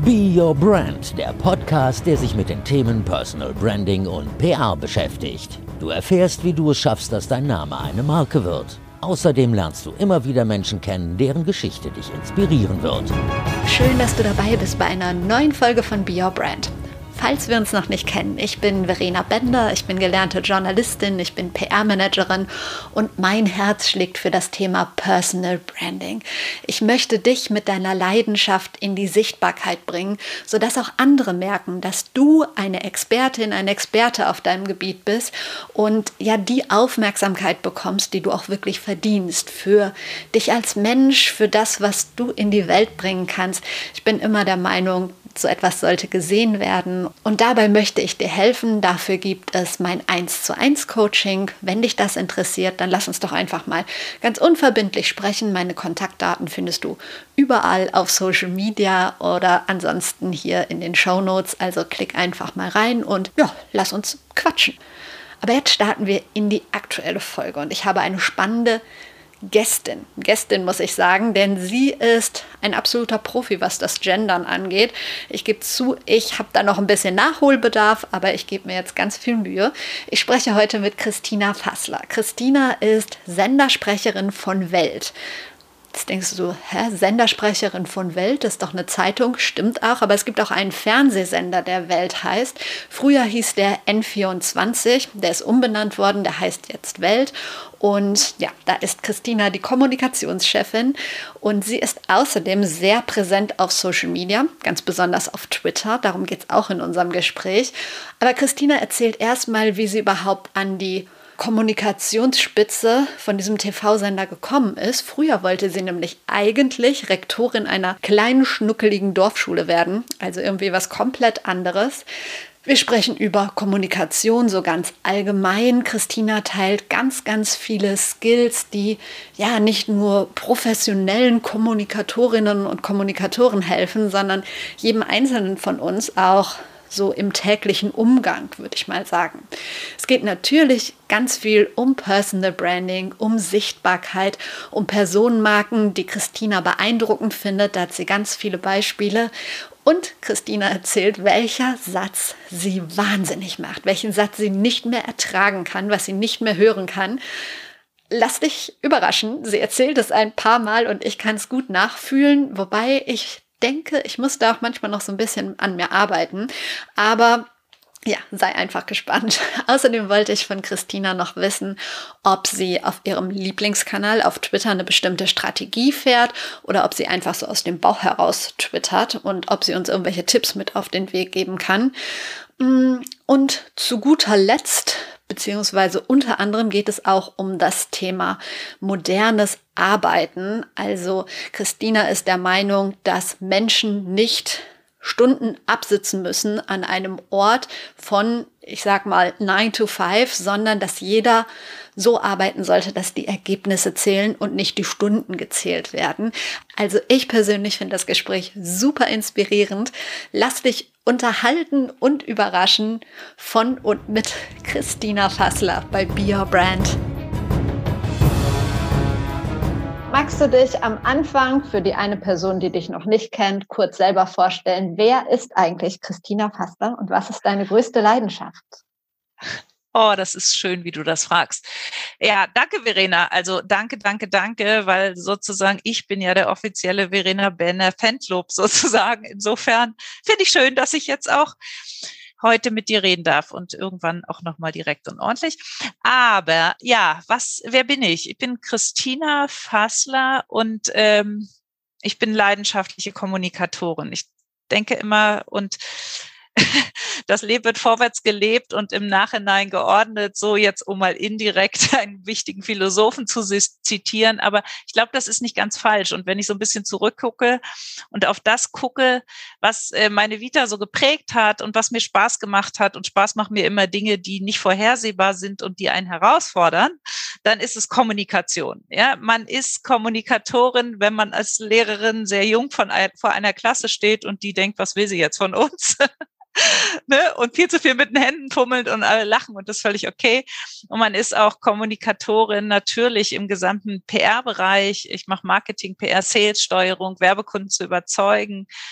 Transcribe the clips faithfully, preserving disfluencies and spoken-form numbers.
Be Your Brand, der Podcast, der sich mit den Themen Personal Branding und P R beschäftigt. Du erfährst, wie du es schaffst, dass dein Name eine Marke wird. Außerdem lernst du immer wieder Menschen kennen, deren Geschichte dich inspirieren wird. Schön, dass du dabei bist bei einer neuen Folge von Be Your Brand. Falls wir uns noch nicht kennen, ich bin Verena Bender, ich bin gelernte Journalistin, ich bin P R-Managerin und mein Herz schlägt für das Thema Personal Branding. Ich möchte dich mit deiner Leidenschaft in die Sichtbarkeit bringen, sodass auch andere merken, dass du eine Expertin, ein Experte auf deinem Gebiet bist und ja die Aufmerksamkeit bekommst, die du auch wirklich verdienst für dich als Mensch, für das, was du in die Welt bringen kannst. Ich bin immer der Meinung, so etwas sollte gesehen werden und dabei möchte ich dir helfen. Dafür gibt es mein eins zu eins Coaching. Wenn dich das interessiert, dann lass uns doch einfach mal ganz unverbindlich sprechen. Meine Kontaktdaten findest du überall auf Social Media oder ansonsten hier in den Shownotes. Also klick einfach mal rein und ja, lass uns quatschen. Aber jetzt starten wir in die aktuelle Folge und ich habe eine spannende Gästin. Gästin muss ich sagen, denn sie ist ein absoluter Profi, was das Gendern angeht. Ich gebe zu, ich habe da noch ein bisschen Nachholbedarf, aber ich gebe mir jetzt ganz viel Mühe. Ich spreche heute mit Christina Fassler. Christina ist Sendersprecherin von Welt. Jetzt denkst du so, hä, Sendersprecherin von Welt, das ist doch eine Zeitung, stimmt auch, aber es gibt auch einen Fernsehsender, der Welt heißt. Früher hieß der N vierundzwanzig, der ist umbenannt worden, der heißt jetzt Welt. Und ja, da ist Christina die Kommunikationschefin und sie ist außerdem sehr präsent auf Social Media, ganz besonders auf Twitter, darum geht es auch in unserem Gespräch. Aber Christina erzählt erstmal, wie sie überhaupt an die Kommunikationsspitze von diesem T V-Sender gekommen ist. Früher wollte sie nämlich eigentlich Rektorin einer kleinen, schnuckeligen Dorfschule werden, also irgendwie was komplett anderes. Wir sprechen über Kommunikation so ganz allgemein. Christina teilt ganz, ganz viele Skills, die ja nicht nur professionellen Kommunikatorinnen und Kommunikatoren helfen, sondern jedem Einzelnen von uns auch so im täglichen Umgang, würde ich mal sagen. Es geht natürlich ganz viel um Personal Branding, um Sichtbarkeit, um Personenmarken, die Christina beeindruckend findet. Da hat sie ganz viele Beispiele. Und Christina erzählt, welcher Satz sie wahnsinnig macht, welchen Satz sie nicht mehr ertragen kann, was sie nicht mehr hören kann. Lass dich überraschen. Sie erzählt es ein paar Mal und ich kann es gut nachfühlen, wobei ich denke, ich muss da auch manchmal noch so ein bisschen an mir arbeiten, aber ja, sei einfach gespannt. Außerdem wollte ich von Christina noch wissen, ob sie auf ihrem Lieblingskanal auf Twitter eine bestimmte Strategie fährt oder ob sie einfach so aus dem Bauch heraus twittert und ob sie uns irgendwelche Tipps mit auf den Weg geben kann. Und zu guter Letzt, beziehungsweise unter anderem geht es auch um das Thema modernes Arbeiten. Also Christina ist der Meinung, dass Menschen nicht Stunden absitzen müssen an einem Ort von, ich sag mal, nine to five, sondern dass jeder so arbeiten sollte, dass die Ergebnisse zählen und nicht die Stunden gezählt werden. Also ich persönlich finde das Gespräch super inspirierend. Lass dich unterhalten und überraschen von und mit Christina Fassler bei Be Your Brand. Magst du dich am Anfang für die eine Person, die dich noch nicht kennt, kurz selber vorstellen? Wer ist eigentlich Christina Fassler und was ist deine größte Leidenschaft? Oh, das ist schön, wie du das fragst. Ja, danke, Verena. Also danke, danke, danke, weil sozusagen ich bin ja der offizielle Verena Bender Fanclub sozusagen. Insofern finde ich schön, dass ich jetzt auch heute mit dir reden darf und irgendwann auch nochmal direkt und ordentlich. Aber ja, was, wer bin ich? Ich bin Christina Fassler und ähm, ich bin leidenschaftliche Kommunikatorin. Ich denke immer und das Leben wird vorwärts gelebt und im Nachhinein geordnet, so jetzt um mal indirekt einen wichtigen Philosophen zu zitieren. Aber ich glaube, das ist nicht ganz falsch. Und wenn ich so ein bisschen zurückgucke und auf das gucke, was meine Vita so geprägt hat und was mir Spaß gemacht hat, und Spaß machen mir immer Dinge, die nicht vorhersehbar sind und die einen herausfordern, dann ist es Kommunikation. Ja, man ist Kommunikatorin, wenn man als Lehrerin sehr jung von ein, vor einer Klasse steht und die denkt, was will sie jetzt von uns? Ne? Und viel zu viel mit den Händen fummelt und alle lachen und das ist völlig okay. Und man ist auch Kommunikatorin natürlich im gesamten P R-Bereich. Ich mache Marketing, P R, Sales, Steuerung, Werbekunden zu überzeugen.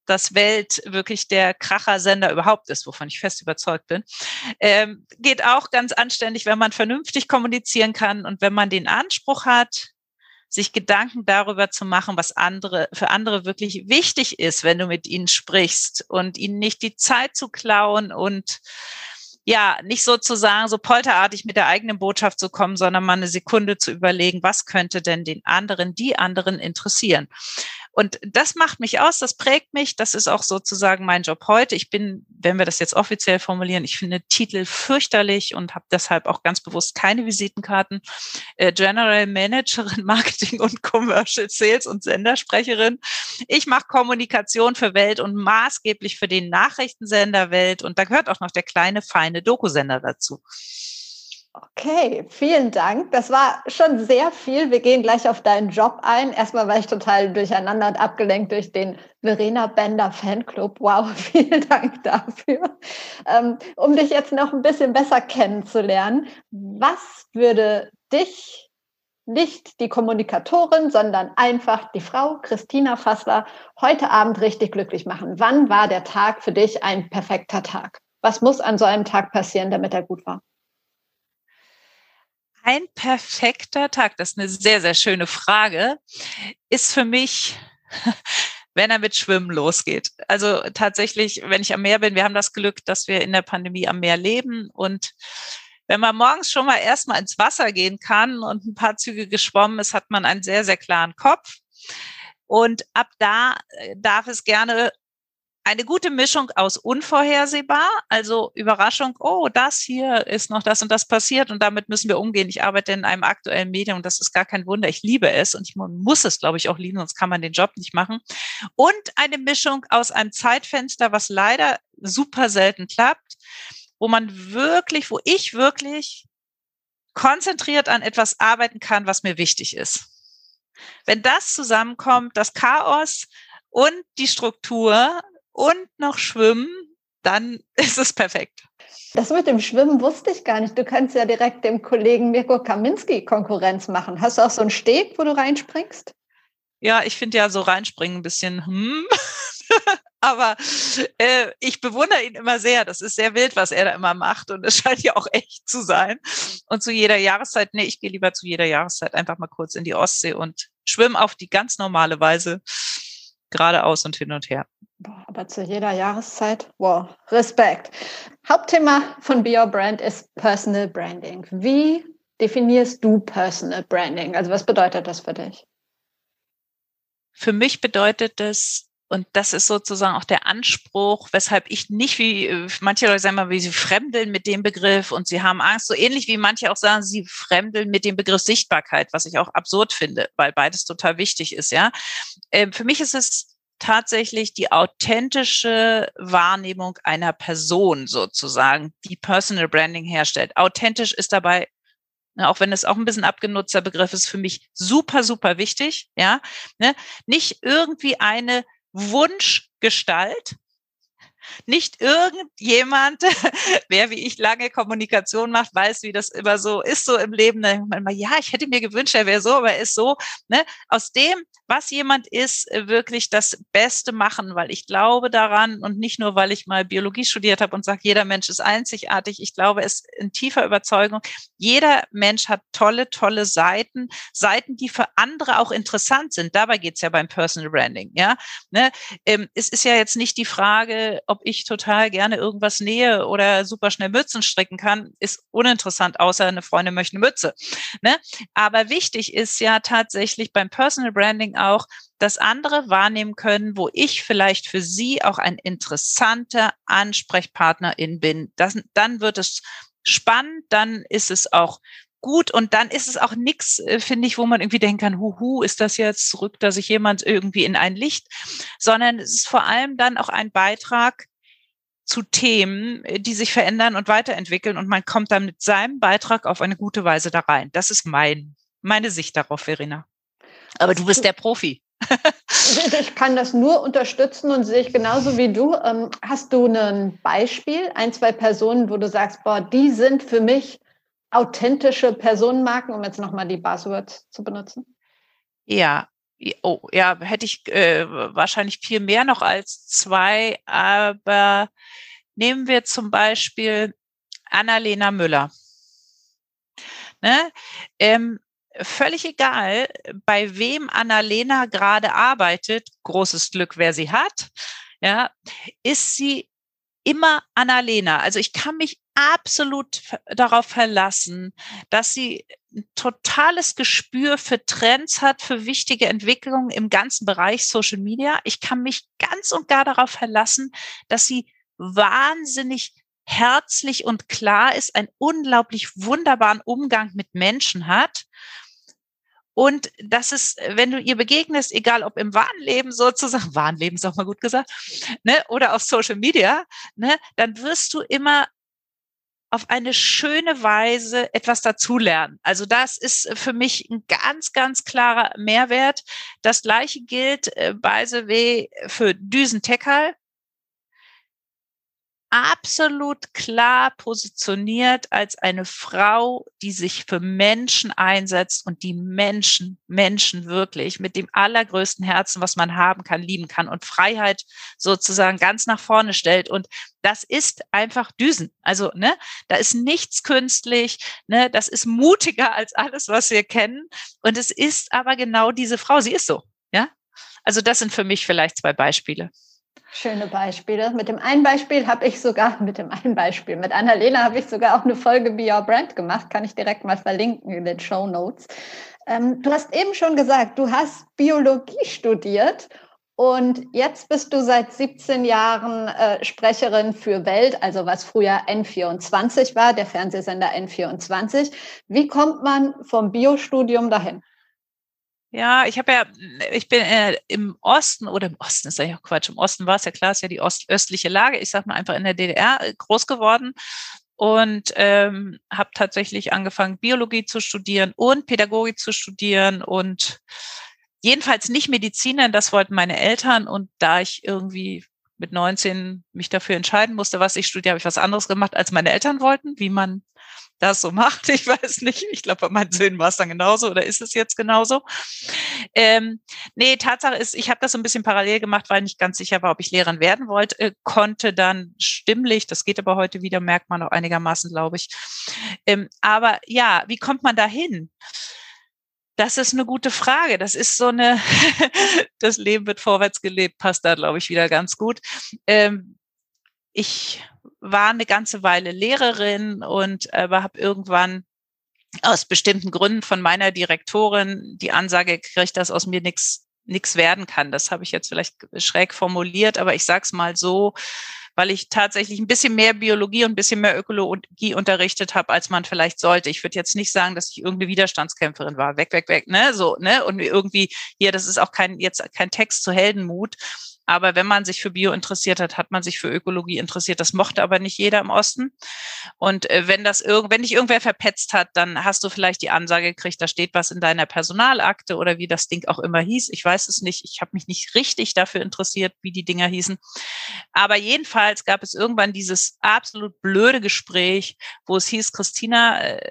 dass Welt wirklich der Krachersender überhaupt ist, wovon ich fest überzeugt bin. Ähm, geht auch ganz anständig, wenn man vernünftig kommunizieren kann und wenn man den Anspruch hat, sich Gedanken darüber zu machen, was andere für andere wirklich wichtig ist, wenn du mit ihnen sprichst und ihnen nicht die Zeit zu klauen und ja, nicht sozusagen so polterartig mit der eigenen Botschaft zu kommen, sondern mal eine Sekunde zu überlegen, was könnte denn den anderen, die anderen interessieren. Und das macht mich aus, das prägt mich, das ist auch sozusagen mein Job heute. Ich bin, wenn wir das jetzt offiziell formulieren, ich finde Titel fürchterlich und habe deshalb auch ganz bewusst keine Visitenkarten. Äh, General Managerin, Marketing und Commercial Sales und Sendersprecherin. Ich mache Kommunikation für Welt und maßgeblich für den Nachrichtensender Welt und da gehört auch noch der kleine, feine Dokusender dazu. Okay, vielen Dank. Das war schon sehr viel. Wir gehen gleich auf deinen Job ein. Erstmal war ich total durcheinander und abgelenkt durch den Verena Bender Fanclub. Wow, vielen Dank dafür. Ähm, um dich jetzt noch ein bisschen besser kennenzulernen, was würde dich, nicht die Kommunikatorin, sondern einfach die Frau Christina Fassler, heute Abend richtig glücklich machen? Wann war der Tag für dich ein perfekter Tag? Was muss an so einem Tag passieren, damit er gut war? Ein perfekter Tag, das ist eine sehr, sehr schöne Frage, ist für mich, wenn er mit Schwimmen losgeht. Also tatsächlich, wenn ich am Meer bin, wir haben das Glück, dass wir in der Pandemie am Meer leben und wenn man morgens schon mal erstmal ins Wasser gehen kann und ein paar Züge geschwommen ist, hat man einen sehr, sehr klaren Kopf und ab da darf es gerne eine gute Mischung aus unvorhersehbar, also Überraschung, oh, das hier ist noch das und das passiert und damit müssen wir umgehen. Ich arbeite in einem aktuellen Medium und das ist gar kein Wunder. Ich liebe es und ich muss es, glaube ich, auch lieben, sonst kann man den Job nicht machen. Und eine Mischung aus einem Zeitfenster, was leider super selten klappt, wo man wirklich, wo ich wirklich konzentriert an etwas arbeiten kann, was mir wichtig ist. Wenn das zusammenkommt, das Chaos und die Struktur, und noch schwimmen, dann ist es perfekt. Das mit dem Schwimmen wusste ich gar nicht. Du kannst ja direkt dem Kollegen Mirko Kaminski Konkurrenz machen. Hast du auch so einen Steg, wo du reinspringst? Ja, ich finde ja so reinspringen ein bisschen, hm. Aber äh, ich bewundere ihn immer sehr. Das ist sehr wild, was er da immer macht. Und es scheint ja auch echt zu sein. Und zu jeder Jahreszeit, nee, ich gehe lieber zu jeder Jahreszeit einfach mal kurz in die Ostsee und schwimme auf die ganz normale Weise geradeaus und hin und her. Boah, aber zu jeder Jahreszeit, wow, Respekt. Hauptthema von Be Your Brand ist Personal Branding. Wie definierst du Personal Branding? Also was bedeutet das für dich? Für mich bedeutet das, und das ist sozusagen auch der Anspruch, weshalb ich nicht wie manche Leute sagen mal, wie sie fremdeln mit dem Begriff und sie haben Angst, so ähnlich wie manche auch sagen, sie fremdeln mit dem Begriff Sichtbarkeit, was ich auch absurd finde, weil beides total wichtig ist, ja. Ähm, für mich ist es tatsächlich die authentische Wahrnehmung einer Person sozusagen, die Personal Branding herstellt. Authentisch ist dabei, auch wenn es auch ein bisschen abgenutzter Begriff ist, für mich super, super wichtig, ja. Ne? Nicht irgendwie eine Wunschgestalt, nicht irgendjemand, wer wie ich lange Kommunikation macht, weiß, wie das immer so ist, so im Leben. Da denkt man immer, ja, ich hätte mir gewünscht, er wäre so, aber er ist so. Ne? Aus dem, was jemand ist, wirklich das Beste machen, weil ich glaube daran und nicht nur, weil ich mal Biologie studiert habe und sage, jeder Mensch ist einzigartig. Ich glaube, es ist in tiefer Überzeugung, jeder Mensch hat tolle, tolle Seiten, Seiten, die für andere auch interessant sind. Dabei geht es ja beim Personal Branding. Ja, ne? ähm, es ist ja jetzt nicht die Frage, ob ich total gerne irgendwas nähe oder super schnell Mützen stricken kann, ist uninteressant, außer eine Freundin möchte eine Mütze. Ne? Aber wichtig ist ja tatsächlich beim Personal Branding auch, dass andere wahrnehmen können, wo ich vielleicht für sie auch ein interessanter Ansprechpartnerin bin. Das, dann wird es spannend, dann ist es auch gut und dann ist es auch nichts, finde ich, wo man irgendwie denken kann, huhu, ist das jetzt, rückt da sich jemand irgendwie in ein Licht, sondern es ist vor allem dann auch ein Beitrag zu Themen, die sich verändern und weiterentwickeln und man kommt dann mit seinem Beitrag auf eine gute Weise da rein. Das ist mein, meine Sicht darauf, Verena. Aber du bist der Profi. Ich kann das nur unterstützen und sehe ich genauso wie du. Ähm, hast du ein Beispiel, ein, zwei Personen, wo du sagst, boah, die sind für mich authentische Personenmarken, um jetzt nochmal die Buzzwords zu benutzen? Ja, Oh, ja, hätte ich äh, wahrscheinlich viel mehr noch als zwei, aber nehmen wir zum Beispiel Annalena Müller. Ne? Ähm, völlig egal, bei wem Annalena gerade arbeitet, großes Glück, wer sie hat, ja, ist sie immer Annalena. Also ich kann mich absolut darauf verlassen, dass sie ein totales Gespür für Trends hat, für wichtige Entwicklungen im ganzen Bereich Social Media. Ich kann mich ganz und gar darauf verlassen, dass sie wahnsinnig herzlich und klar ist, einen unglaublich wunderbaren Umgang mit Menschen hat. Und das ist, wenn du ihr begegnest, egal ob im wahren Leben sozusagen, wahren Leben ist auch mal gut gesagt, ne, oder auf Social Media, ne, dann wirst du immer auf eine schöne Weise etwas dazulernen. Also das ist für mich ein ganz, ganz klarer Mehrwert. Das Gleiche gilt, äh, by the way, für Düsen Tekal. Absolut klar positioniert als eine Frau, die sich für Menschen einsetzt und die Menschen, Menschen wirklich mit dem allergrößten Herzen, was man haben kann, lieben kann und Freiheit sozusagen ganz nach vorne stellt. Und das ist einfach Düsen. Also, ne, da ist nichts künstlich, ne, das ist mutiger als alles, was wir kennen. Und es ist aber genau diese Frau. Sie ist so, ja. Also, das sind für mich vielleicht zwei Beispiele. Schöne Beispiele. Mit dem einen Beispiel habe ich sogar, mit dem einen Beispiel, mit Annalena habe ich sogar auch eine Folge Be Your Brand gemacht, kann ich direkt mal verlinken in den Shownotes. Ähm, du hast eben schon gesagt, du hast Biologie studiert und jetzt bist du seit siebzehn Jahren äh, Sprecherin für Welt, also was früher N vierundzwanzig war, der Fernsehsender N vierundzwanzig. Wie kommt man vom Biostudium dahin? Ja, ich habe ja, ich bin äh, im Osten oder im Osten ist ja auch Quatsch. Im Osten war es ja klar, ist ja die ost östliche Lage. Ich sag mal einfach in der D D R groß geworden und ähm, habe tatsächlich angefangen, Biologie zu studieren und Pädagogik zu studieren und jedenfalls nicht Medizin, denn das wollten meine Eltern. Und da ich irgendwie mit neunzehn mich dafür entscheiden musste, was ich studiere, habe ich was anderes gemacht, als meine Eltern wollten, wie man das so macht. Ich weiß nicht. Ich glaube, bei meinen Söhnen war es dann genauso oder ist es jetzt genauso. Ähm, nee, Tatsache ist, ich habe das so ein bisschen parallel gemacht, weil ich nicht ganz sicher war, ob ich Lehrerin werden wollte, äh, konnte dann stimmlich, das geht aber heute wieder, merkt man auch einigermaßen, glaube ich. Ähm, aber ja, wie kommt man da hin? Das ist eine gute Frage. Das ist so eine, das Leben wird vorwärts gelebt, passt da, glaube ich, wieder ganz gut. Ähm, ich war eine ganze Weile Lehrerin und aber habe irgendwann aus bestimmten Gründen von meiner Direktorin die Ansage gekriegt, dass aus mir nichts nichts werden kann. Das habe ich jetzt vielleicht schräg formuliert, aber ich sage es mal so, weil ich tatsächlich ein bisschen mehr Biologie und ein bisschen mehr Ökologie unterrichtet habe, als man vielleicht sollte. Ich würde jetzt nicht sagen, dass ich irgendeine Widerstandskämpferin war. Weg, weg, weg, ne? So, ne? Und irgendwie hier, das ist auch kein, jetzt kein Text zu Heldenmut. Aber wenn man sich für Bio interessiert hat, hat man sich für Ökologie interessiert. Das mochte aber nicht jeder im Osten. Und äh, wenn das irg- wenn dich irgendwer verpetzt hat, dann hast du vielleicht die Ansage gekriegt, da steht was in deiner Personalakte oder wie das Ding auch immer hieß. Ich weiß es nicht. Ich habe mich nicht richtig dafür interessiert, wie die Dinger hießen. Aber jedenfalls gab es irgendwann dieses absolut blöde Gespräch, wo es hieß, Christina, äh,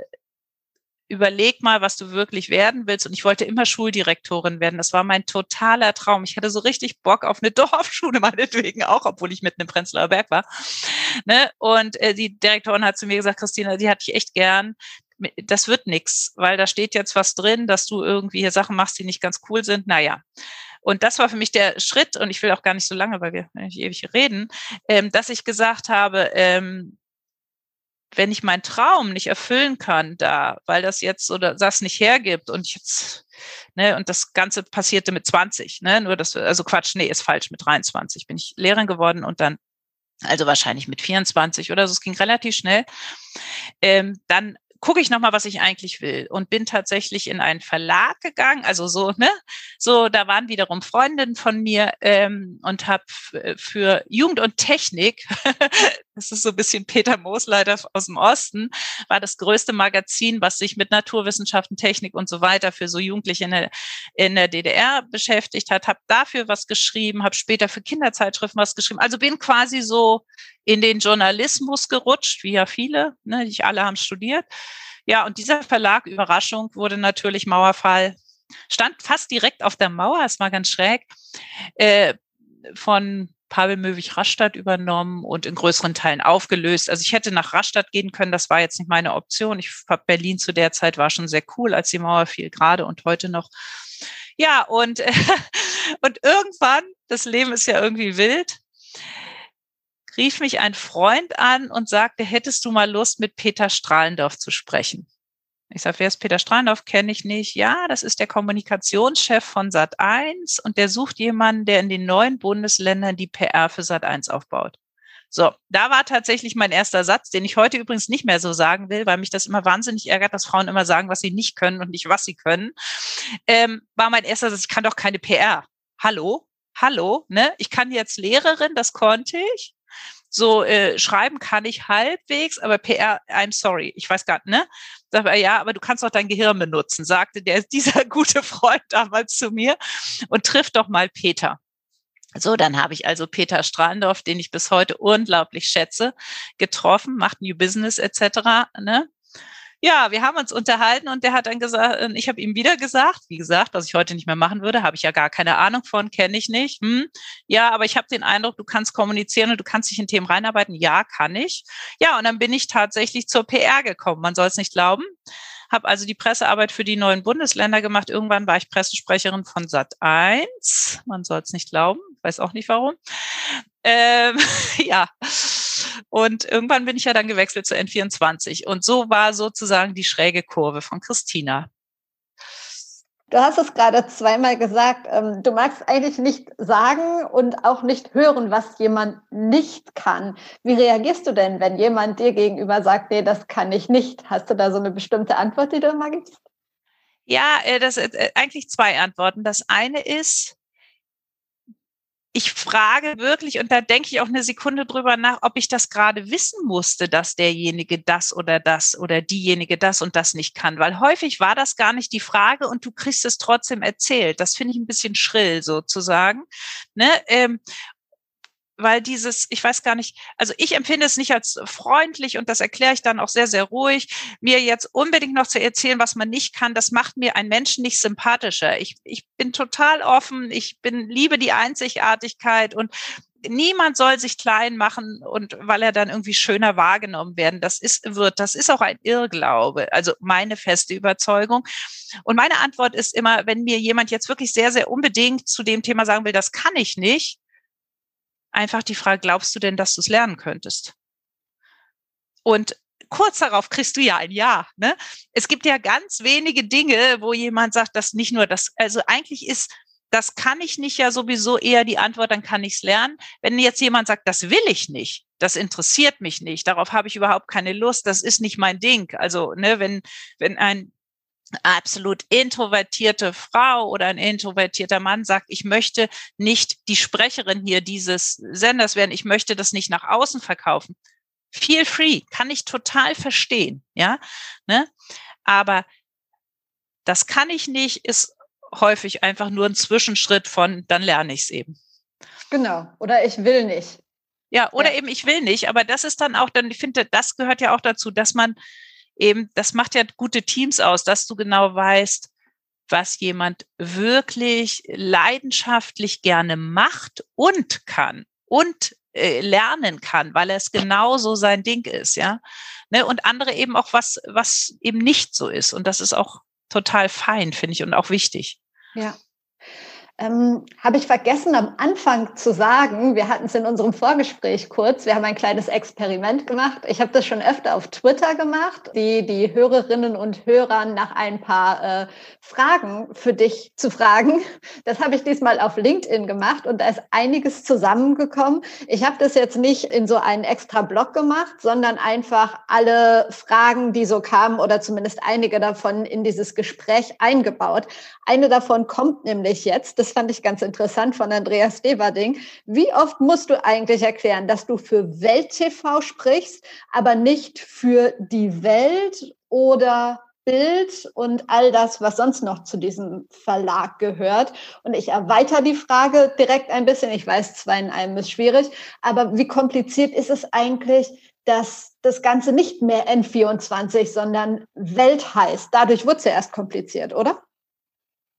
überleg mal, was du wirklich werden willst. Und ich wollte immer Schuldirektorin werden. Das war mein totaler Traum. Ich hatte so richtig Bock auf eine Dorfschule, meinetwegen auch, obwohl ich mitten im Prenzlauer Berg war. Ne? Und äh, die Direktorin hat zu mir gesagt, Christina, die hatte ich echt gern. Das wird nix, weil da steht jetzt was drin, dass du irgendwie hier Sachen machst, die nicht ganz cool sind. Naja. Und das war für mich der Schritt, und ich will auch gar nicht so lange, weil wir nicht ewig reden, ähm, dass ich gesagt habe, ähm, wenn ich meinen Traum nicht erfüllen kann da, weil das jetzt oder das nicht hergibt und jetzt, ne, und das Ganze passierte mit zwanzig, ne, nur das, also Quatsch, nee, ist falsch, mit dreiundzwanzig bin ich Lehrerin geworden und dann, also wahrscheinlich mit vierundzwanzig oder so, es ging relativ schnell, ähm, dann gucke ich nochmal, was ich eigentlich will und bin tatsächlich in einen Verlag gegangen, also so, ne, so, da waren wiederum Freundinnen von mir ähm, und habe für Jugend und Technik, das ist so ein bisschen Peter Moosleiter aus dem Osten, war das größte Magazin, was sich mit Naturwissenschaften, Technik und so weiter für so Jugendliche in der, in der D D R beschäftigt hat, habe dafür was geschrieben, habe später für Kinderzeitschriften was geschrieben, also bin quasi so in den Journalismus gerutscht, wie ja viele, ne, nicht alle haben studiert. Ja, und dieser Verlag, Überraschung, wurde natürlich Mauerfall stand fast direkt auf der Mauer, es war ganz schräg, äh, von Pavel Möwig-Rastatt übernommen und in größeren Teilen aufgelöst. Also ich hätte nach Rastatt gehen können, das war jetzt nicht meine Option. Ich fand Berlin zu der Zeit war schon sehr cool, als die Mauer fiel, gerade und heute noch. Ja, und, äh, und irgendwann, das Leben ist ja irgendwie wild, rief mich ein Freund an und sagte, hättest du mal Lust, mit Peter Strahlendorf zu sprechen? Ich sage, wer ist Peter Strahlendorf? Kenne ich nicht. Ja, das ist der Kommunikationschef von Sat eins und der sucht jemanden, der in den neuen Bundesländern die P R für Sat eins aufbaut. So, da war tatsächlich mein erster Satz, den ich heute übrigens nicht mehr so sagen will, weil mich das immer wahnsinnig ärgert, dass Frauen immer sagen, was sie nicht können und nicht, was sie können. Ähm, war mein erster Satz, ich kann doch keine P R. Hallo? Hallo? Ne? Ich kann jetzt Lehrerin, das konnte ich. So äh, schreiben kann ich halbwegs, aber P R, I'm sorry, ich weiß gar nicht, ne? Sag mal, ja, aber du kannst doch dein Gehirn benutzen, sagte der, dieser gute Freund damals zu mir und triff doch mal Peter. So, dann habe ich also Peter Strahlendorf, den ich bis heute unglaublich schätze, getroffen, macht New Business et cetera, ne? Ja, wir haben uns unterhalten und der hat dann gesagt, ich habe ihm wieder gesagt, wie gesagt, was ich heute nicht mehr machen würde, habe ich ja gar keine Ahnung von, kenne ich nicht. Hm, ja, aber ich habe den Eindruck, du kannst kommunizieren und du kannst dich in Themen reinarbeiten. Ja, kann ich. Ja, und dann bin ich tatsächlich zur P R gekommen. Man soll es nicht glauben. Habe also die Pressearbeit für die neuen Bundesländer gemacht. Irgendwann war ich Pressesprecherin von Sat eins. Man soll es nicht glauben, weiß auch nicht warum. Ähm, ja. Und irgendwann bin ich ja dann gewechselt zu N vierundzwanzig. Und so war sozusagen die schräge Kurve von Christina. Du hast es gerade zweimal gesagt, ähm, du magst eigentlich nicht sagen und auch nicht hören, was jemand nicht kann. Wie reagierst du denn, wenn jemand dir gegenüber sagt, nee, das kann ich nicht? Hast du da so eine bestimmte Antwort, die du immer gibst? Ja, das äh, eigentlich zwei Antworten. Das eine ist, ich frage wirklich, und da denke ich auch eine Sekunde drüber nach, ob ich das gerade wissen musste, dass derjenige das oder das oder diejenige das und das nicht kann. Weil häufig war das gar nicht die Frage und du kriegst es trotzdem erzählt. Das finde ich ein bisschen schrill sozusagen. Ne? Ähm, weil dieses, ich weiß gar nicht, also ich empfinde es nicht als freundlich und das erkläre ich dann auch sehr, sehr ruhig, mir jetzt unbedingt noch zu erzählen, was man nicht kann, das macht mir einen Menschen nicht sympathischer. Ich, ich bin total offen, ich bin, liebe die Einzigartigkeit und niemand soll sich klein machen und weil er dann irgendwie schöner wahrgenommen werden. Das ist, wird, das ist auch ein Irrglaube. Also meine feste Überzeugung. Und meine Antwort ist immer, wenn mir jemand jetzt wirklich sehr, sehr unbedingt zu dem Thema sagen will, das kann ich nicht, einfach die Frage, glaubst du denn, dass du es lernen könntest? Und kurz darauf kriegst du ja ein Ja. Ne? Es gibt ja ganz wenige Dinge, wo jemand sagt, dass nicht nur das, also eigentlich ist, das kann ich nicht ja sowieso eher die Antwort, dann kann ich es lernen. Wenn jetzt jemand sagt, das will ich nicht, das interessiert mich nicht, darauf habe ich überhaupt keine Lust, das ist nicht mein Ding. Also, ne, wenn, wenn ein absolut introvertierte Frau oder ein introvertierter Mann sagt, ich möchte nicht die Sprecherin hier dieses Senders werden, ich möchte das nicht nach außen verkaufen. Feel free, kann ich total verstehen, ja, ne? Aber das kann ich nicht, ist häufig einfach nur ein Zwischenschritt von, dann lerne ich es eben. Genau, oder ich will nicht. Ja, oder ja. eben ich will nicht, aber das ist dann auch, dann, ich finde, das gehört ja auch dazu, dass man eben, das macht ja gute Teams aus, dass du genau weißt, was jemand wirklich leidenschaftlich gerne macht und kann und äh, lernen kann, weil es genauso sein Ding ist, ja. Ne? Und andere eben auch was, was eben nicht so ist. Und das ist auch total fein, finde ich, und auch wichtig. Ja. Ähm, habe ich vergessen am Anfang zu sagen, wir hatten es in unserem Vorgespräch kurz, wir haben ein kleines Experiment gemacht. Ich habe das schon öfter auf Twitter gemacht, die, die Hörerinnen und Hörer nach ein paar äh, Fragen für dich zu fragen. Das habe ich diesmal auf LinkedIn gemacht und da ist einiges zusammengekommen. Ich habe das jetzt nicht in so einen extra Blog gemacht, sondern einfach alle Fragen, die so kamen oder zumindest einige davon in dieses Gespräch eingebaut. Eine davon kommt nämlich jetzt, das fand ich ganz interessant von Andreas Deverding. Wie oft musst du eigentlich erklären, dass du für Welt-T V sprichst, aber nicht für die Welt oder Bild und all das, was sonst noch zu diesem Verlag gehört? Und ich erweitere die Frage direkt ein bisschen. Ich weiß, zwei in einem ist schwierig, aber wie kompliziert ist es eigentlich, dass das Ganze nicht mehr N vierundzwanzig, sondern Welt heißt? Dadurch wurde es ja erst kompliziert, oder?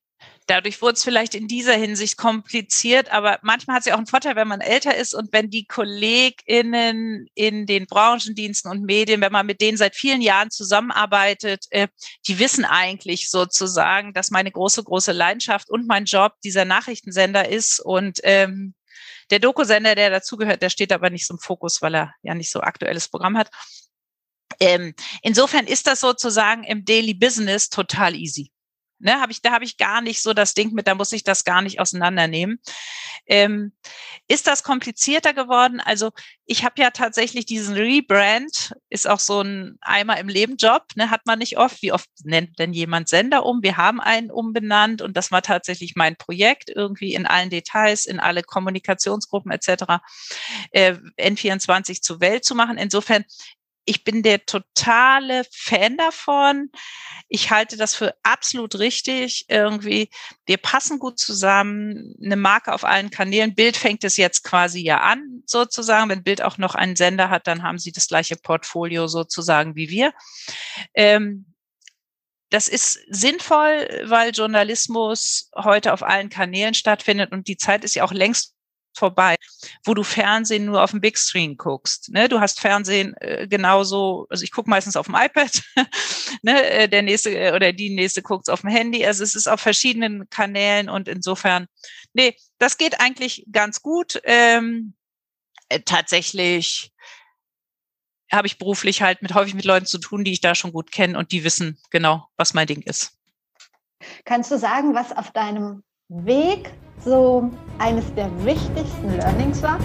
Dadurch wurde es vielleicht in dieser Hinsicht kompliziert, aber manchmal hat es ja auch einen Vorteil, wenn man älter ist und wenn die KollegInnen in den Branchendiensten und Medien, wenn man mit denen seit vielen Jahren zusammenarbeitet, äh, die wissen eigentlich sozusagen, dass meine große, große Leidenschaft und mein Job dieser Nachrichtensender ist und ähm, der Doku-Sender, der dazugehört, der steht aber nicht so im Fokus, weil er ja nicht so aktuelles Programm hat. Ähm, insofern ist das sozusagen im Daily Business total easy. Ne, hab ich, da habe ich gar nicht so das Ding mit, da muss ich das gar nicht auseinandernehmen. Ähm, ist das komplizierter geworden? Also ich habe ja tatsächlich diesen Rebrand, ist auch so ein einmal im Leben Job, ne, hat man nicht oft. Wie oft nennt denn jemand Sender um? Wir haben einen umbenannt und das war tatsächlich mein Projekt, irgendwie in allen Details, in alle Kommunikationsgruppen et cetera äh, N vierundzwanzig zur Welt zu machen. Insofern, ich bin der totale Fan davon. Ich halte das für absolut richtig. Irgendwie, wir passen gut zusammen, eine Marke auf allen Kanälen. Bild fängt es jetzt quasi ja an, sozusagen. Wenn Bild auch noch einen Sender hat, dann haben sie das gleiche Portfolio sozusagen wie wir. Ähm, das ist sinnvoll, weil Journalismus heute auf allen Kanälen stattfindet und die Zeit ist ja auch längst vorbei, wo du Fernsehen nur auf dem Big Screen guckst. Ne? Du hast Fernsehen äh, genauso, also ich gucke meistens auf dem iPad, ne? Der nächste äh, oder die nächste guckt auf dem Handy. Also es ist auf verschiedenen Kanälen und insofern, nee, das geht eigentlich ganz gut. Ähm, äh, tatsächlich habe ich beruflich halt mit häufig mit Leuten zu tun, die ich da schon gut kenne und die wissen genau, was mein Ding ist. Kannst du sagen, was auf deinem Weg so eines der wichtigsten Learnings war?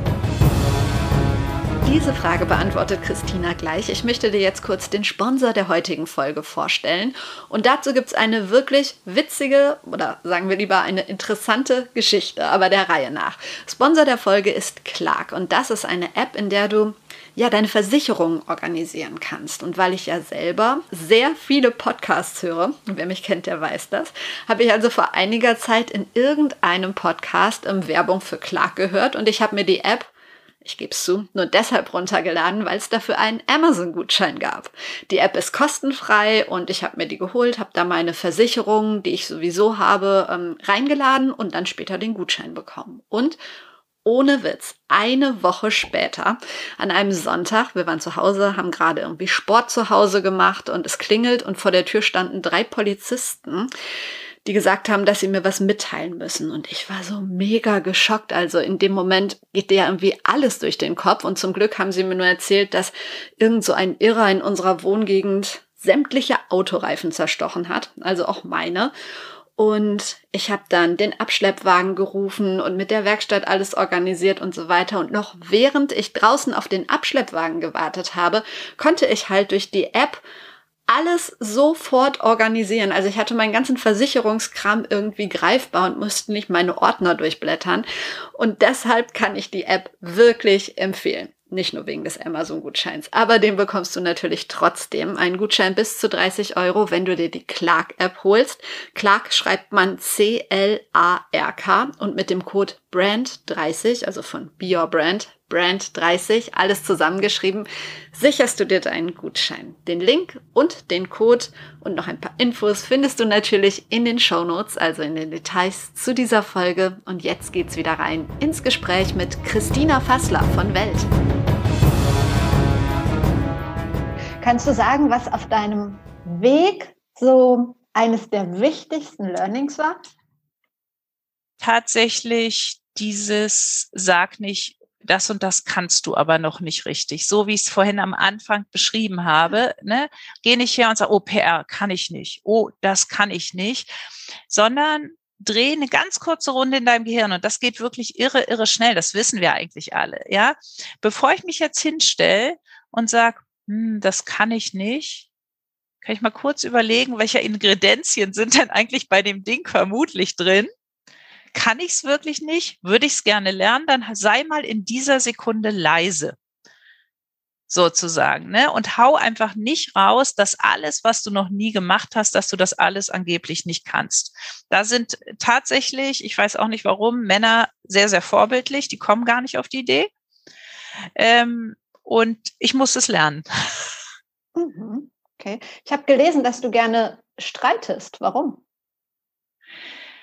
Diese Frage beantwortet Christina gleich. Ich möchte dir jetzt kurz den Sponsor der heutigen Folge vorstellen. Und dazu gibt es eine wirklich witzige oder sagen wir lieber eine interessante Geschichte, aber der Reihe nach. Sponsor der Folge ist Clark und das ist eine App, in der du ja deine Versicherung organisieren kannst. Und weil ich ja selber sehr viele Podcasts höre, und wer mich kennt, der weiß das, habe ich also vor einiger Zeit in irgendeinem Podcast ähm, Werbung für Clark gehört und ich habe mir die App, ich gebe es zu, nur deshalb runtergeladen, weil es dafür einen Amazon-Gutschein gab. Die App ist kostenfrei und ich habe mir die geholt, habe da meine Versicherung, die ich sowieso habe, ähm, reingeladen und dann später den Gutschein bekommen. Und ohne Witz, eine Woche später, an einem Sonntag, wir waren zu Hause, haben gerade irgendwie Sport zu Hause gemacht und es klingelt und vor der Tür standen drei Polizisten, die gesagt haben, dass sie mir was mitteilen müssen. Und ich war so mega geschockt. Also in dem Moment geht dir ja irgendwie alles durch den Kopf. Und zum Glück haben sie mir nur erzählt, dass irgend so ein Irrer in unserer Wohngegend sämtliche Autoreifen zerstochen hat, also auch meine. Und ich habe dann den Abschleppwagen gerufen und mit der Werkstatt alles organisiert und so weiter. Und noch während ich draußen auf den Abschleppwagen gewartet habe, konnte ich halt durch die App alles sofort organisieren. Also ich hatte meinen ganzen Versicherungskram irgendwie greifbar und musste nicht meine Ordner durchblättern. Und deshalb kann ich die App wirklich empfehlen. Nicht nur wegen des Amazon-Gutscheins, aber den bekommst du natürlich trotzdem. Einen Gutschein bis zu dreißig Euro, wenn du dir die Clark-App holst. Clark schreibt man C L A R K und mit dem Code Brand dreißig, also von Be Your Brand, Brand dreißig, alles zusammengeschrieben, sicherst du dir deinen Gutschein. Den Link und den Code und noch ein paar Infos findest du natürlich in den Shownotes, also in den Details zu dieser Folge. Und jetzt geht's wieder rein ins Gespräch mit Christina Fassler von Welt. Kannst du sagen, was auf deinem Weg so eines der wichtigsten Learnings war? Tatsächlich dieses Sag nicht, das und das kannst du aber noch nicht richtig. So wie ich es vorhin am Anfang beschrieben habe, ne? Geh nicht her und sag, oh, P R kann ich nicht, oh, das kann ich nicht, sondern dreh eine ganz kurze Runde in deinem Gehirn und das geht wirklich irre, irre schnell. Das wissen wir eigentlich alle, ja. Bevor ich mich jetzt hinstelle und sag, hm, das kann ich nicht, kann ich mal kurz überlegen, welche Ingredienzien sind denn eigentlich bei dem Ding vermutlich drin? Kann ich es wirklich nicht? Würde ich es gerne lernen? Dann sei mal in dieser Sekunde leise, sozusagen, ne? Und hau einfach nicht raus, dass alles, was du noch nie gemacht hast, dass du das alles angeblich nicht kannst. Da sind tatsächlich, ich weiß auch nicht warum, Männer sehr, sehr vorbildlich. Die kommen gar nicht auf die Idee. Ähm, und ich muss es lernen. Okay. Ich habe gelesen, dass du gerne streitest. Warum?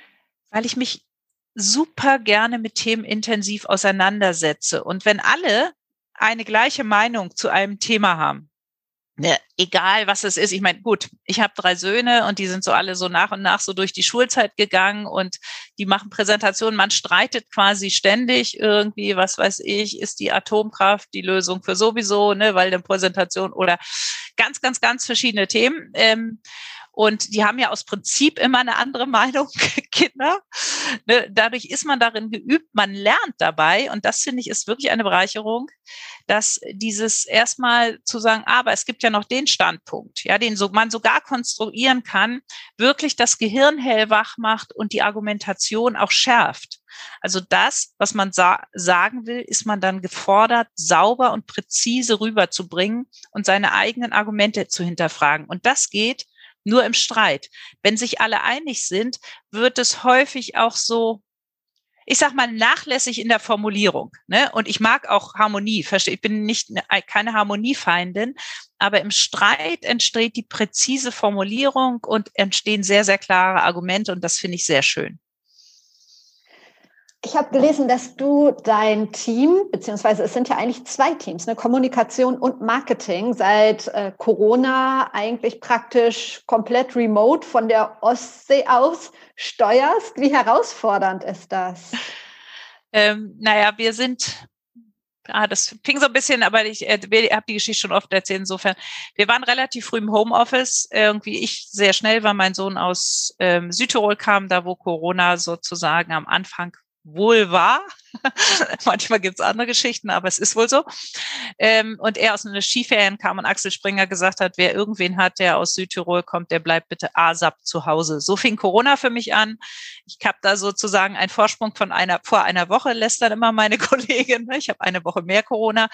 Weil ich mich super gerne mit Themen intensiv auseinandersetze. Und wenn alle eine gleiche Meinung zu einem Thema haben, ne, egal was es ist, ich meine, gut, ich habe drei Söhne und die sind so alle so nach und nach so durch die Schulzeit gegangen und die machen Präsentationen, man streitet quasi ständig irgendwie, was weiß ich, ist die Atomkraft die Lösung für sowieso, ne, weil eine Präsentation oder ganz, ganz, ganz verschiedene Themen. Ähm, Und die haben ja aus Prinzip immer eine andere Meinung, Kinder. Ne? Dadurch ist man darin geübt, man lernt dabei. Und das, finde ich, ist wirklich eine Bereicherung, dass dieses erstmal zu sagen, aber es gibt ja noch den Standpunkt, ja, den so, man sogar konstruieren kann, wirklich das Gehirn hellwach macht und die Argumentation auch schärft. Also das, was man sa- sagen will, ist man dann gefordert, sauber und präzise rüberzubringen und seine eigenen Argumente zu hinterfragen. Und das geht nur im Streit. Wenn sich alle einig sind, wird es häufig auch so, ich sag mal, nachlässig in der Formulierung. Ne? Und ich mag auch Harmonie. Verstehe, ich bin nicht keine Harmoniefeindin, aber im Streit entsteht die präzise Formulierung und entstehen sehr, sehr klare Argumente. Und das finde ich sehr schön. Ich habe gelesen, dass du dein Team, beziehungsweise es sind ja eigentlich zwei Teams, ne, Kommunikation und Marketing, seit äh, Corona eigentlich praktisch komplett remote von der Ostsee aus steuerst. Wie herausfordernd ist das? Ähm, naja, wir sind, ah, das fing so ein bisschen, aber ich äh, habe die Geschichte schon oft erzählt, insofern. Wir waren relativ früh im Homeoffice, irgendwie ich sehr schnell, weil mein Sohn aus ähm, Südtirol kam, da wo Corona sozusagen am Anfang wohl war. Manchmal gibt es andere Geschichten, aber es ist wohl so. Ähm, und er aus einer Skiferien kam und Axel Springer gesagt hat, wer irgendwen hat, der aus Südtirol kommt, der bleibt bitte ASAP zu Hause. So fing Corona für mich an. Ich habe da sozusagen einen Vorsprung von einer, vor einer Woche, lässt dann immer meine Kollegin. Ich habe eine Woche mehr Corona.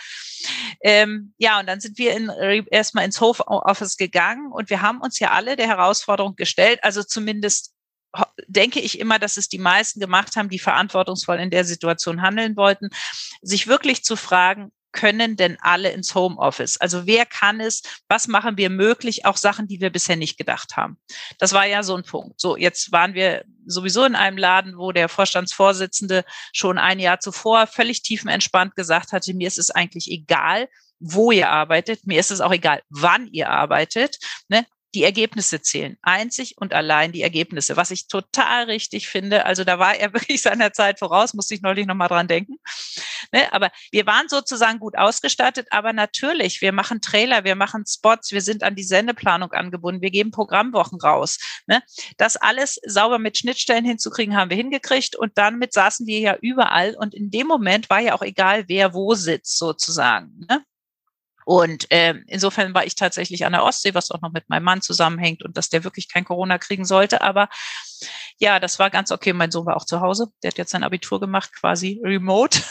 Ähm, ja, und dann sind wir in, erstmal ins Homeoffice gegangen und wir haben uns ja alle der Herausforderung gestellt, also zumindest denke ich immer, dass es die meisten gemacht haben, die verantwortungsvoll in der Situation handeln wollten, sich wirklich zu fragen, können denn alle ins Homeoffice? Also wer kann es? Was machen wir möglich? Auch Sachen, die wir bisher nicht gedacht haben. Das war ja so ein Punkt. So, jetzt waren wir sowieso in einem Laden, wo der Vorstandsvorsitzende schon ein Jahr zuvor völlig tiefenentspannt gesagt hatte, mir ist es eigentlich egal, wo ihr arbeitet. Mir ist es auch egal, wann ihr arbeitet. Ne? Die Ergebnisse zählen. Einzig und allein die Ergebnisse, was ich total richtig finde. Also da war er wirklich seiner Zeit voraus, musste ich neulich nochmal dran denken. Ne? Aber wir waren sozusagen gut ausgestattet, aber natürlich, wir machen Trailer, wir machen Spots, wir sind an die Sendeplanung angebunden, wir geben Programmwochen raus. Ne? Das alles sauber mit Schnittstellen hinzukriegen, haben wir hingekriegt und damit saßen wir ja überall und in dem Moment war ja auch egal, wer wo sitzt sozusagen. Ne? Und ähm, insofern war ich tatsächlich an der Ostsee, was auch noch mit meinem Mann zusammenhängt und dass der wirklich kein Corona kriegen sollte. Aber ja, das war ganz okay. Mein Sohn war auch zu Hause. Der hat jetzt sein Abitur gemacht, quasi remote.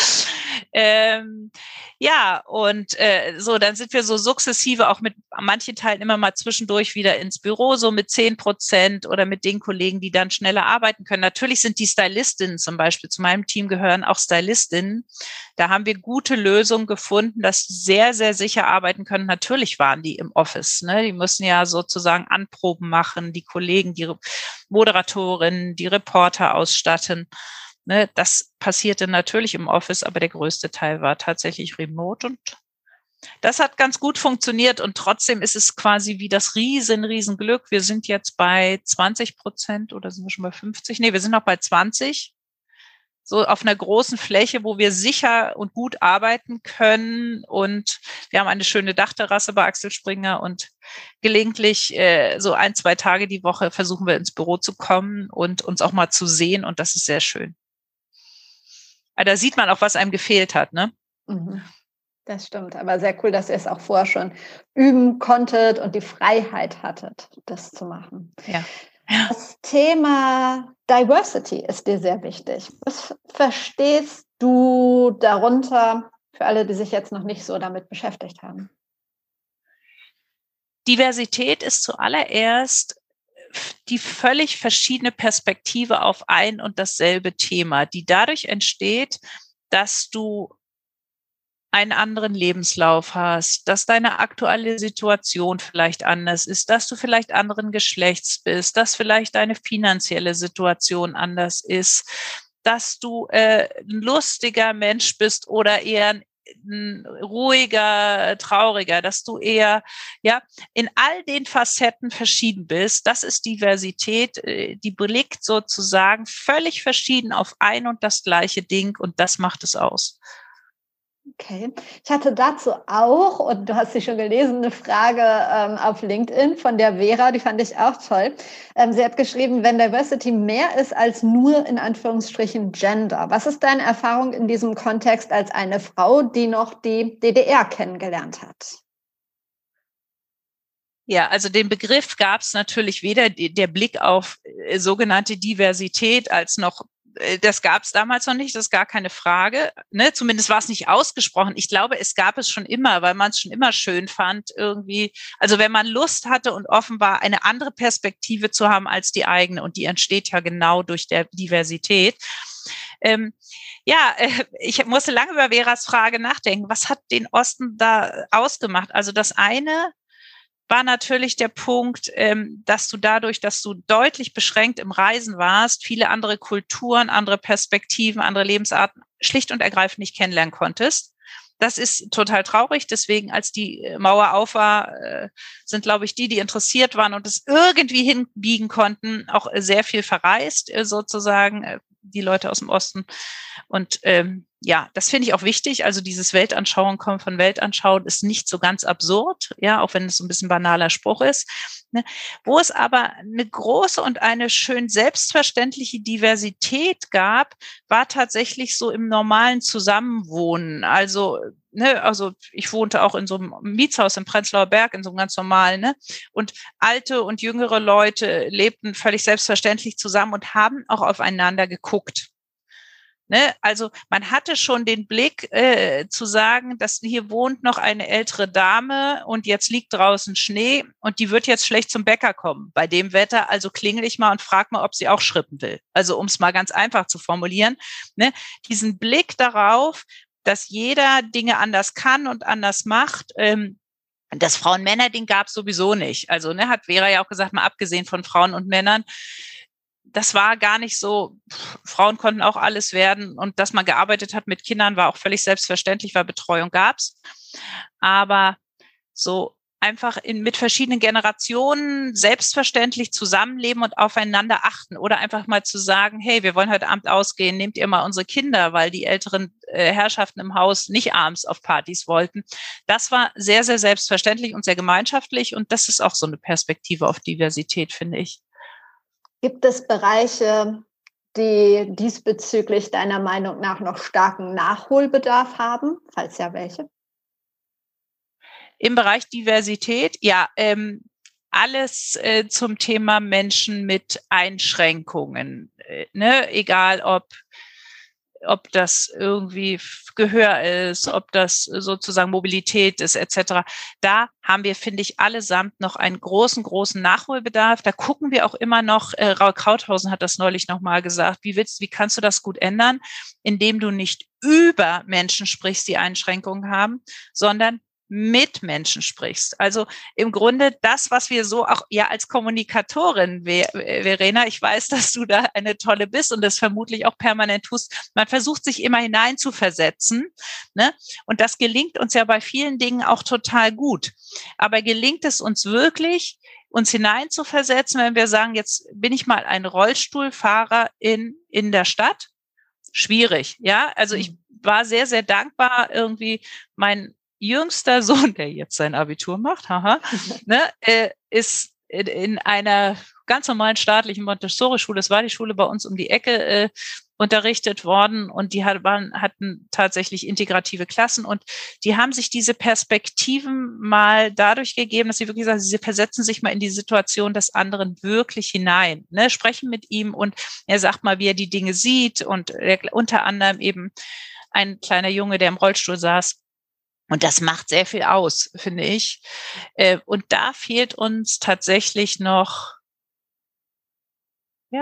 ähm, ja, und äh, so, dann sind wir so sukzessive auch mit manchen Teilen immer mal zwischendurch wieder ins Büro, so mit zehn Prozent oder mit den Kollegen, die dann schneller arbeiten können. Natürlich sind die Stylistinnen zum Beispiel, zu meinem Team gehören auch Stylistinnen. Da haben wir gute Lösungen gefunden, dass sie sehr, sehr sicher arbeiten können. Natürlich waren die im Office, ne? Die müssen ja sozusagen Anproben machen, die Kollegen, die Moderatorinnen, die Reporter ausstatten. Ne, das passierte natürlich im Office, aber der größte Teil war tatsächlich remote und das hat ganz gut funktioniert und trotzdem ist es quasi wie das riesen, riesen Glück. Wir sind jetzt bei zwanzig Prozent oder sind wir schon bei fünfzig? Nee, wir sind noch bei zwanzig. So auf einer großen Fläche, wo wir sicher und gut arbeiten können und wir haben eine schöne Dachterrasse bei Axel Springer und gelegentlich äh, so ein, zwei Tage die Woche versuchen wir ins Büro zu kommen und uns auch mal zu sehen und das ist sehr schön. Da sieht man auch, was einem gefehlt hat, ne? Das stimmt, aber sehr cool, dass ihr es auch vorher schon üben konntet und die Freiheit hattet, das zu machen. Ja. Das Thema Diversity ist dir sehr wichtig. Was verstehst du darunter für alle, die sich jetzt noch nicht so damit beschäftigt haben? Diversität ist zuallererst die völlig verschiedene Perspektive auf ein und dasselbe Thema, die dadurch entsteht, dass du einen anderen Lebenslauf hast, dass deine aktuelle Situation vielleicht anders ist, dass du vielleicht anderen Geschlechts bist, dass vielleicht deine finanzielle Situation anders ist, dass du äh, ein lustiger Mensch bist oder eher ein ein ruhiger, trauriger, dass du eher ja in all den Facetten verschieden bist. Das ist Diversität, die blickt sozusagen völlig verschieden auf ein und das gleiche Ding und das macht es aus. Okay, ich hatte dazu auch, und du hast sie schon gelesen, eine Frage ähm, auf LinkedIn von der Vera, die fand ich auch toll. Ähm, sie hat geschrieben, wenn Diversity mehr ist als nur in Anführungsstrichen Gender. Was ist deine Erfahrung in diesem Kontext als eine Frau, die noch die D D R kennengelernt hat? Ja, also den Begriff gab es natürlich weder der Blick auf äh, sogenannte Diversität als noch das gab es damals noch nicht, das ist gar keine Frage. Ne? Zumindest war es nicht ausgesprochen. Ich glaube, es gab es schon immer, weil man es schon immer schön fand, irgendwie. Also wenn man Lust hatte und offen war, eine andere Perspektive zu haben als die eigene. Und die entsteht ja genau durch der Diversität. Ähm, ja, äh, ich musste lange über Veras Frage nachdenken. Was hat den Osten da ausgemacht? Also das eine war natürlich der Punkt, ähm, dass du dadurch, dass du deutlich beschränkt im Reisen warst, viele andere Kulturen, andere Perspektiven, andere Lebensarten schlicht und ergreifend nicht kennenlernen konntest. Das ist total traurig. Deswegen, als die Mauer auf war, äh, sind, glaube ich, die, die interessiert waren und es irgendwie hinbiegen konnten, auch sehr viel verreist, äh, sozusagen, äh, die Leute aus dem Osten. Und ähm, ja, das finde ich auch wichtig. Also dieses Weltanschauung kommt von Weltanschauen ist nicht so ganz absurd, ja, auch wenn es so ein bisschen banaler Spruch ist. Ne? Wo es aber eine große und eine schön selbstverständliche Diversität gab, war tatsächlich so im normalen Zusammenwohnen. Also Ne, also ich wohnte auch in so einem Mietshaus im Prenzlauer Berg, in so einem ganz normalen, ne? Und alte und jüngere Leute lebten völlig selbstverständlich zusammen und haben auch aufeinander geguckt. Ne? Also man hatte schon den Blick äh, zu sagen, dass hier wohnt noch eine ältere Dame und jetzt liegt draußen Schnee und die wird jetzt schlecht zum Bäcker kommen. Bei dem Wetter, also klingel ich mal und frag mal, ob sie auch schrippen will. Also um es mal ganz einfach zu formulieren, ne? Diesen Blick darauf, dass jeder Dinge anders kann und anders macht. Ähm, das Frauen-Männer-Ding gab es sowieso nicht. Also ne, hat Vera ja auch gesagt, mal abgesehen von Frauen und Männern, das war gar nicht so, Frauen konnten auch alles werden und dass man gearbeitet hat mit Kindern war auch völlig selbstverständlich, weil Betreuung gab's. Aber so einfach in, mit verschiedenen Generationen selbstverständlich zusammenleben und aufeinander achten oder einfach mal zu sagen, hey, wir wollen heute Abend ausgehen, nehmt ihr mal unsere Kinder, weil die älteren äh, Herrschaften im Haus nicht abends auf Partys wollten. Das war sehr, sehr selbstverständlich und sehr gemeinschaftlich und das ist auch so eine Perspektive auf Diversität, finde ich. Gibt es Bereiche, die diesbezüglich deiner Meinung nach noch starken Nachholbedarf haben, falls ja welche? Im Bereich Diversität, ja, ähm, alles äh, zum Thema Menschen mit Einschränkungen, äh, ne? Egal ob ob das irgendwie Gehör ist, ob das sozusagen Mobilität ist, et cetera. Da haben wir, finde ich, allesamt noch einen großen, großen Nachholbedarf. Da gucken wir auch immer noch, äh, Raul Krauthausen hat das neulich nochmal gesagt, wie willst, wie kannst du das gut ändern, indem du nicht über Menschen sprichst, die Einschränkungen haben, sondern mit Menschen sprichst. Also im Grunde das, was wir so auch ja als Kommunikatorin, Verena, ich weiß, dass du da eine tolle bist und das vermutlich auch permanent tust. Man versucht sich immer hineinzuversetzen, ne? Und das gelingt uns ja bei vielen Dingen auch total gut. Aber gelingt es uns wirklich, uns hineinzuversetzen, wenn wir sagen, jetzt bin ich mal ein Rollstuhlfahrer in, in der Stadt? Schwierig, ja? Also ich war sehr, sehr dankbar irgendwie, mein jüngster Sohn, der jetzt sein Abitur macht, haha, ne, äh, ist in, in einer ganz normalen staatlichen Montessori-Schule, es war die Schule bei uns um die Ecke, äh, unterrichtet worden und die hat, waren, hatten tatsächlich integrative Klassen und die haben sich diese Perspektiven mal dadurch gegeben, dass sie wirklich sagen, sie versetzen sich mal in die Situation des anderen wirklich hinein, ne, sprechen mit ihm und er sagt mal, wie er die Dinge sieht und er, unter anderem eben ein kleiner Junge, der im Rollstuhl saß. Und das macht sehr viel aus, finde ich. Und da fehlt uns tatsächlich noch, ja,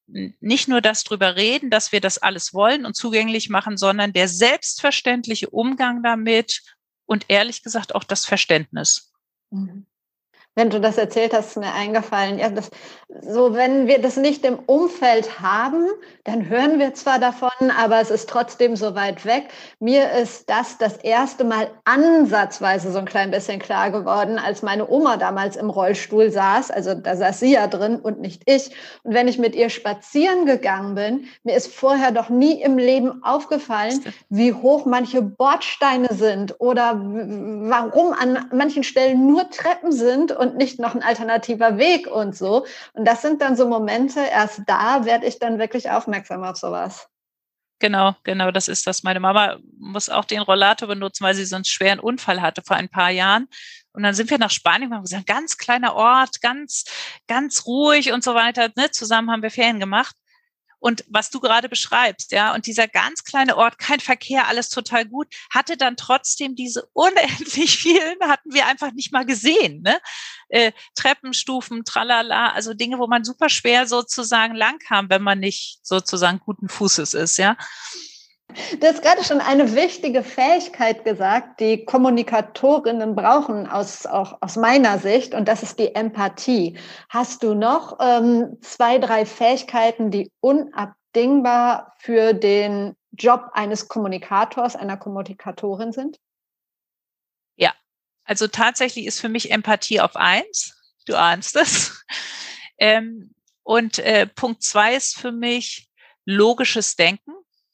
nicht nur das drüber reden, dass wir das alles wollen und zugänglich machen, sondern der selbstverständliche Umgang damit und ehrlich gesagt auch das Verständnis. Mhm. Wenn du das erzählt hast, ist mir eingefallen, ja, das, so wenn wir das nicht im Umfeld haben, dann hören wir zwar davon, aber es ist trotzdem so weit weg. Mir ist das das erste Mal ansatzweise so ein klein bisschen klar geworden, als meine Oma damals im Rollstuhl saß, also da saß sie ja drin und nicht ich. Und wenn ich mit ihr spazieren gegangen bin, mir ist vorher doch nie im Leben aufgefallen, wie hoch manche Bordsteine sind oder warum an manchen Stellen nur Treppen sind und nicht noch ein alternativer Weg und so. Und das sind dann so Momente, erst da werde ich dann wirklich aufmerksam auf sowas. Genau, genau, das ist das. Meine Mama muss auch den Rollator benutzen, weil sie so einen schweren Unfall hatte vor ein paar Jahren. Und dann sind wir nach Spanien, haben gesagt, ganz kleiner Ort, ganz, ganz ruhig und so weiter. Ne? Zusammen haben wir Ferien gemacht. Und was du gerade beschreibst, ja, und dieser ganz kleine Ort, kein Verkehr, alles total gut, hatte dann trotzdem diese unendlich vielen, hatten wir einfach nicht mal gesehen, ne? Äh, Treppenstufen, tralala, also Dinge, wo man super schwer sozusagen langkam, wenn man nicht sozusagen guten Fußes ist, ja. Du hast gerade schon eine wichtige Fähigkeit gesagt, die Kommunikatorinnen brauchen aus, auch aus meiner Sicht, und das ist die Empathie. Hast du noch ähm, zwei, drei Fähigkeiten, die unabdingbar für den Job eines Kommunikators, einer Kommunikatorin sind? Ja, also tatsächlich ist für mich Empathie auf eins. Du ahnst es. Ähm, und äh, Punkt zwei ist für mich logisches Denken.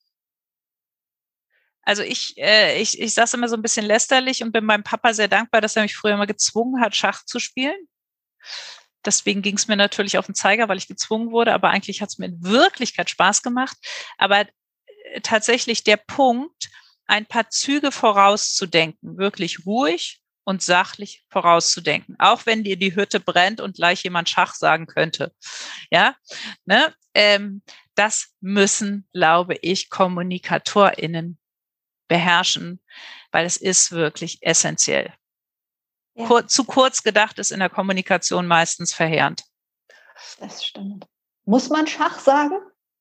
Also ich, äh, ich, ich sage immer so ein bisschen lästerlich und bin meinem Papa sehr dankbar, dass er mich früher immer gezwungen hat, Schach zu spielen. Deswegen ging es mir natürlich auf den Zeiger, weil ich gezwungen wurde, aber eigentlich hat es mir in Wirklichkeit Spaß gemacht. Aber äh, tatsächlich der Punkt, ein paar Züge vorauszudenken, wirklich ruhig und sachlich vorauszudenken, auch wenn dir die Hütte brennt und gleich jemand Schach sagen könnte. Ja, ne? Ähm, das müssen, glaube ich, KommunikatorInnen beherrschen, weil es ist wirklich essentiell. Ja. Kur- zu kurz gedacht ist in der Kommunikation meistens verheerend. Das stimmt. Muss man Schach sagen?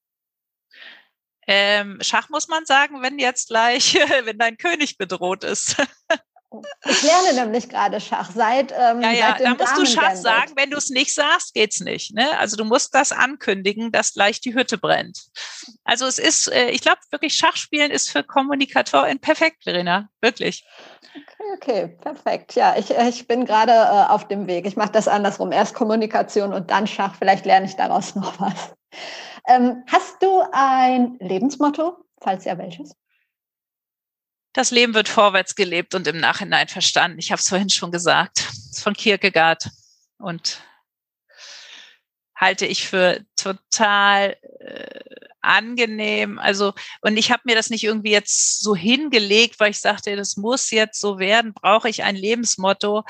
Ähm, Schach muss man sagen, wenn jetzt gleich, wenn dein König bedroht ist. Ich lerne nämlich gerade Schach seit ähm, ja, ja, seit dem da musst du Schach Damen-Gambit. sagen, wenn du es nicht sagst, geht's nicht. Ne? Also du musst das ankündigen, dass gleich die Hütte brennt. Also es ist, äh, ich glaube wirklich, Schachspielen ist für KommunikatorInnen perfekt, Verena, wirklich. Okay, okay, perfekt. Ja, ich, ich bin gerade äh, auf dem Weg. Ich mache das andersrum. Erst Kommunikation und dann Schach. Vielleicht lerne ich daraus noch was. Ähm, hast du ein Lebensmotto, falls ja welches? Das Leben wird vorwärts gelebt und im Nachhinein verstanden. Ich habe es vorhin schon gesagt. Das ist von Kierkegaard und halte ich für total äh, angenehm. Also, und ich habe mir das nicht irgendwie jetzt so hingelegt, weil ich sagte, das muss jetzt so werden, brauche ich ein Lebensmotto.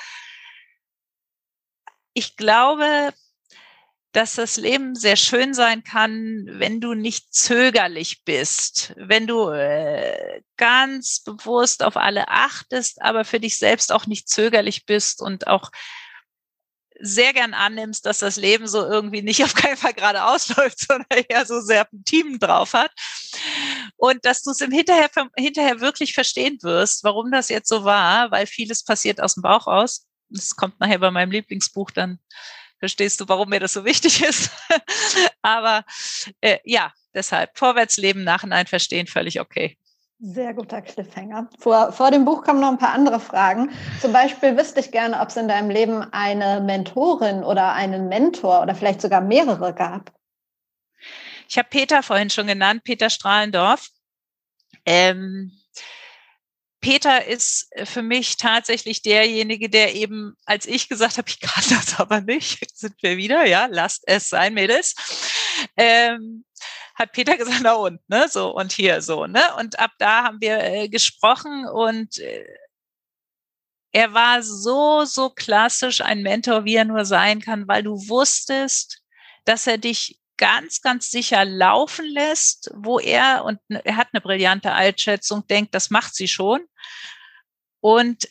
Ich glaube, dass das Leben sehr schön sein kann, wenn du nicht zögerlich bist, wenn du äh, ganz bewusst auf alle achtest, aber für dich selbst auch nicht zögerlich bist und auch sehr gern annimmst, dass das Leben so irgendwie nicht auf keinen Fall geradeaus läuft, sondern eher so Serpentinen drauf hat. Und dass du es im Hinterher, hinterher wirklich verstehen wirst, warum das jetzt so war, weil vieles passiert aus dem Bauch raus. Das kommt nachher bei meinem Lieblingsbuch, dann verstehst du, warum mir das so wichtig ist. Aber äh, ja, deshalb vorwärts leben, Nachhinein verstehen, völlig okay. Sehr guter Cliffhanger. Vor, vor dem Buch kommen noch ein paar andere Fragen. Zum Beispiel wüsste ich gerne, ob es in deinem Leben eine Mentorin oder einen Mentor oder vielleicht sogar mehrere gab. Ich habe Peter vorhin schon genannt, Peter Strahlendorf. Ähm, Peter ist für mich tatsächlich derjenige, der eben, als ich gesagt habe, ich kann das aber nicht, sind wir wieder, ja, lasst es sein, Mädels, ähm, hat Peter gesagt, na und, ne, so und hier so, ne, und ab da haben wir äh, gesprochen und äh, er war so, so klassisch ein Mentor, wie er nur sein kann, weil du wusstest, dass er dich ganz, ganz sicher laufen lässt, wo er, und er hat eine brillante Einschätzung, denkt, das macht sie schon. Und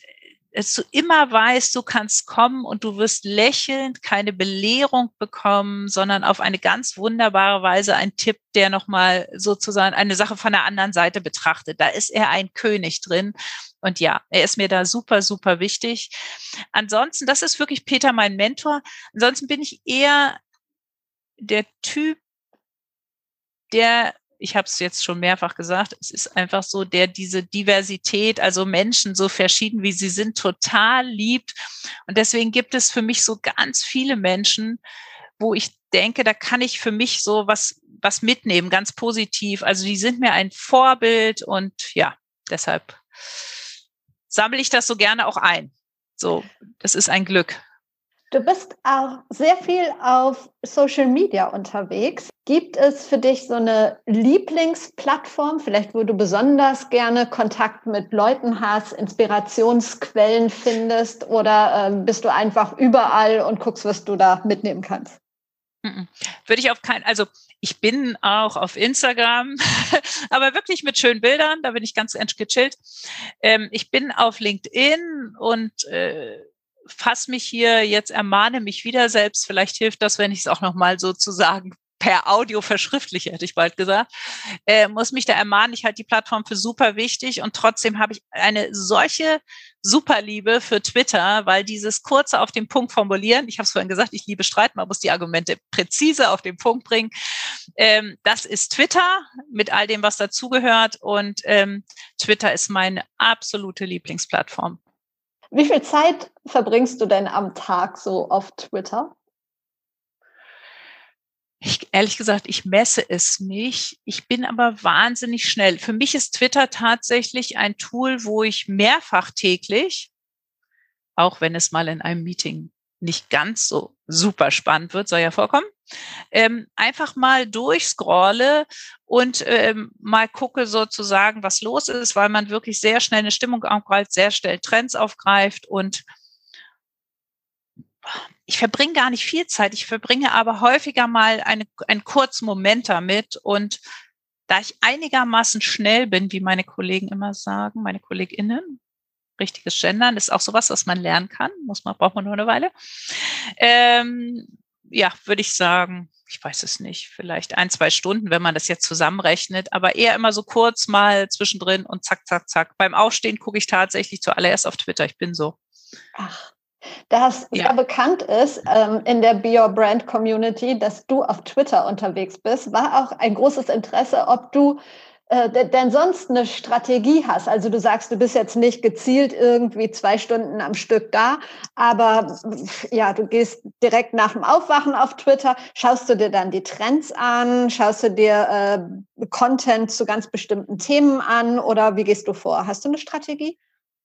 dass du immer weißt, du kannst kommen und du wirst lächelnd keine Belehrung bekommen, sondern auf eine ganz wunderbare Weise ein Tipp, der nochmal sozusagen eine Sache von der anderen Seite betrachtet. Da ist er ein König drin. Und ja, er ist mir da super, super wichtig. Ansonsten, das ist wirklich Peter, mein Mentor. Ansonsten bin ich eher der Typ, der, ich habe es jetzt schon mehrfach gesagt, es ist einfach so, der diese Diversität, also Menschen so verschieden, wie sie sind, total liebt. Und deswegen gibt es für mich so ganz viele Menschen, wo ich denke, da kann ich für mich so was, was mitnehmen, ganz positiv. Also die sind mir ein Vorbild und ja, deshalb sammle ich das so gerne auch ein. So, das ist ein Glück. Du bist auch sehr viel auf Social Media unterwegs. Gibt es für dich so eine Lieblingsplattform, vielleicht wo du besonders gerne Kontakt mit Leuten hast, Inspirationsquellen findest, oder äh, bist du einfach überall und guckst, was du da mitnehmen kannst? Würde ich auf keinen, also ich bin auch auf Instagram, aber wirklich mit schönen Bildern, da bin ich ganz gechillt. Ähm, ich bin auf LinkedIn und äh, fasse mich hier, jetzt ermahne mich wieder selbst, vielleicht hilft das, wenn ich es auch nochmal sozusagen per Audio verschriftliche, hätte ich bald gesagt, äh, muss mich da ermahnen. Ich halte die Plattform für super wichtig und trotzdem habe ich eine solche Superliebe für Twitter, weil dieses kurze auf den Punkt formulieren, ich habe es vorhin gesagt, ich liebe Streit, man muss die Argumente präzise auf den Punkt bringen. Ähm, das ist Twitter mit all dem, was dazugehört, und ähm, Twitter ist meine absolute Lieblingsplattform. Wie viel Zeit verbringst du denn am Tag so auf Twitter? Ich, ehrlich gesagt, ich messe es nicht. Ich bin aber wahnsinnig schnell. Für mich ist Twitter tatsächlich ein Tool, wo ich mehrfach täglich, auch wenn es mal in einem Meeting nicht ganz so super spannend wird, soll ja vorkommen, ähm, einfach mal durchscrolle und ähm, mal gucke sozusagen, was los ist, weil man wirklich sehr schnell eine Stimmung aufgreift, sehr schnell Trends aufgreift, und ich verbringe gar nicht viel Zeit, ich verbringe aber häufiger mal eine, einen kurzen Moment damit, und da ich einigermaßen schnell bin, wie meine Kollegen immer sagen, meine KollegInnen, richtiges Gendern ist auch sowas, was man lernen kann, muss man, braucht man nur eine Weile, ähm, ja, würde ich sagen, ich weiß es nicht, vielleicht ein, zwei Stunden, wenn man das jetzt zusammenrechnet, aber eher immer so kurz mal zwischendrin und zack, zack, zack. Beim Aufstehen gucke ich tatsächlich zuallererst auf Twitter, ich bin so. Ach. Das ja. sehr bekannt ist ähm, in der Be Your Brand Community, dass du auf Twitter unterwegs bist, war auch ein großes Interesse, ob du äh, denn sonst eine Strategie hast. Also du sagst, du bist jetzt nicht gezielt irgendwie zwei Stunden am Stück da, aber ja, du gehst direkt nach dem Aufwachen auf Twitter, schaust du dir dann die Trends an, schaust du dir äh, Content zu ganz bestimmten Themen an, oder wie gehst du vor? Hast du eine Strategie?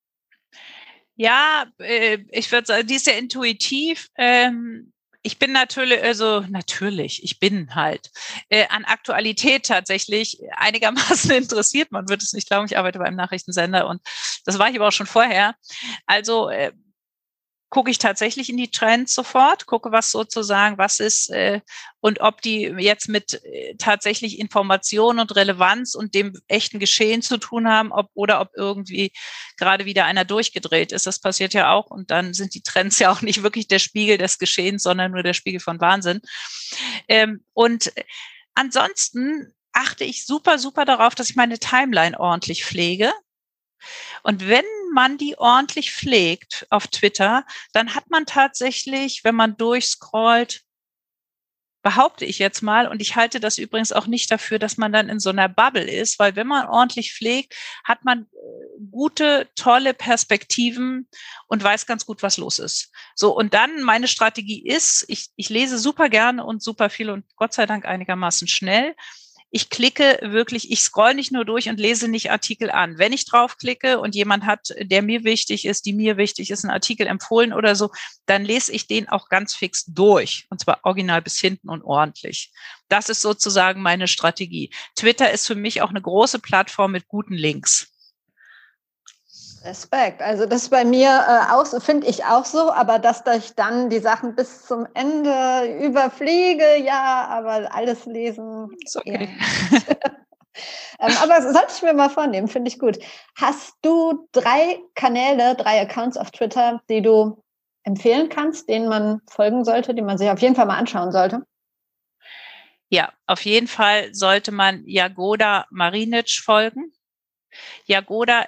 Ja, äh, ich würde sagen, die ist sehr intuitiv. Ähm, ich bin natürlich, also natürlich, ich bin halt äh, an Aktualität tatsächlich einigermaßen interessiert. Man wird es nicht glauben, ich arbeite beim Nachrichtensender und das war ich aber auch schon vorher. Also äh, gucke ich tatsächlich in die Trends sofort, gucke, was sozusagen, was ist äh, und ob die jetzt mit äh, tatsächlich Information und Relevanz und dem echten Geschehen zu tun haben, ob, oder ob irgendwie gerade wieder einer durchgedreht ist. Das passiert ja auch, und dann sind die Trends ja auch nicht wirklich der Spiegel des Geschehens, sondern nur der Spiegel von Wahnsinn. Ähm, und ansonsten achte ich super, super darauf, dass ich meine Timeline ordentlich pflege. Und wenn man die ordentlich pflegt auf Twitter, dann hat man tatsächlich, wenn man durchscrollt, behaupte ich jetzt mal, und ich halte das übrigens auch nicht dafür, dass man dann in so einer Bubble ist, weil wenn man ordentlich pflegt, hat man gute, tolle Perspektiven und weiß ganz gut, was los ist. So, und dann meine Strategie ist, ich, ich lese super gerne und super viel und Gott sei Dank einigermaßen schnell. Ich klicke wirklich, ich scroll nicht nur durch und lese nicht Artikel an. Wenn ich draufklicke und jemand hat, der mir wichtig ist, die mir wichtig ist, einen Artikel empfohlen oder so, dann lese ich den auch ganz fix durch. Und zwar original bis hinten und ordentlich. Das ist sozusagen meine Strategie. Twitter ist für mich auch eine große Plattform mit guten Links. Respekt. Also das ist bei mir äh, auch so, finde ich auch so, aber dass ich dann die Sachen bis zum Ende überfliege, ja, aber alles lesen. Ist okay. Ja. ähm, aber das sollte ich mir mal vornehmen, finde ich gut. Hast du drei Kanäle, drei Accounts auf Twitter, die du empfehlen kannst, denen man folgen sollte, die man sich auf jeden Fall mal anschauen sollte? Ja, auf jeden Fall sollte man Jagoda Marinic folgen. Jagoda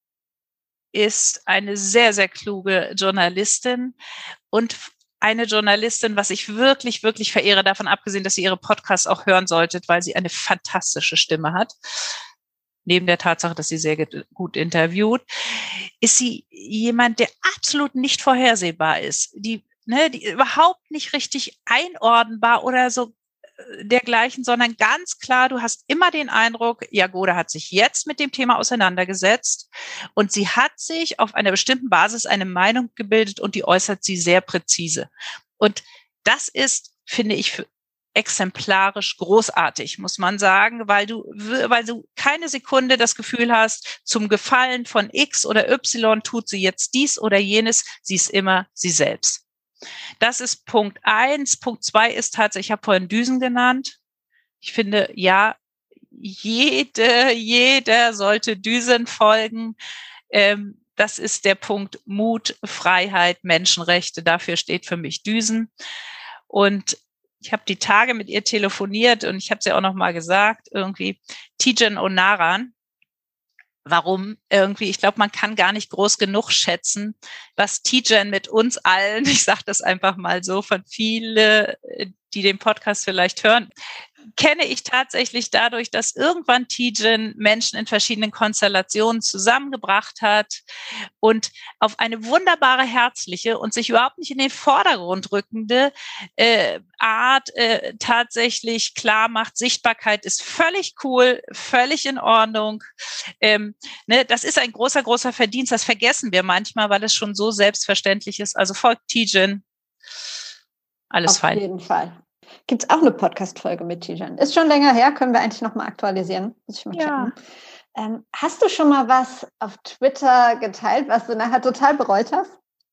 ist eine sehr, sehr kluge Journalistin und eine Journalistin, was ich wirklich, wirklich verehre, davon abgesehen, dass sie ihre Podcasts auch hören solltet, weil sie eine fantastische Stimme hat. Neben der Tatsache, dass sie sehr gut interviewt, ist sie jemand, der absolut nicht vorhersehbar ist, die, ne, die überhaupt nicht richtig einordnbar oder so dergleichen, sondern ganz klar, du hast immer den Eindruck, Jagoda hat sich jetzt mit dem Thema auseinandergesetzt und sie hat sich auf einer bestimmten Basis eine Meinung gebildet und die äußert sie sehr präzise. Und das ist, finde ich, exemplarisch großartig, muss man sagen, weil du, weil du keine Sekunde das Gefühl hast, zum Gefallen von X oder Y tut sie jetzt dies oder jenes, sie ist immer sie selbst. Das ist Punkt eins. Punkt zwei ist tatsächlich, ich habe vorhin Düsen genannt. Ich finde, ja, jede, jeder sollte Düsen folgen. Ähm, das ist der Punkt Mut, Freiheit, Menschenrechte. Dafür steht für mich Düsen. Und ich habe die Tage mit ihr telefoniert und ich habe es ja auch noch mal gesagt, irgendwie Tijen Onaran. Warum irgendwie, ich glaube, man kann gar nicht groß genug schätzen, was Tijen mit uns allen, ich sage das einfach mal so, von viele, die den Podcast vielleicht hören, kenne ich tatsächlich dadurch, dass irgendwann Tijen Menschen in verschiedenen Konstellationen zusammengebracht hat und auf eine wunderbare, herzliche und sich überhaupt nicht in den Vordergrund rückende äh, Art äh, tatsächlich klar macht, Sichtbarkeit ist völlig cool, völlig in Ordnung. Ähm, ne, das ist ein großer, großer Verdienst. Das vergessen wir manchmal, weil es schon so selbstverständlich ist. Also folgt Tijen. Alles auf fein. Auf jeden Fall. Gibt es auch eine Podcast-Folge mit Tijen? Ist schon länger her, können wir eigentlich nochmal aktualisieren. Muss ich mal Ja. checken. Ähm, hast du schon mal was auf Twitter geteilt, was du nachher total bereut hast?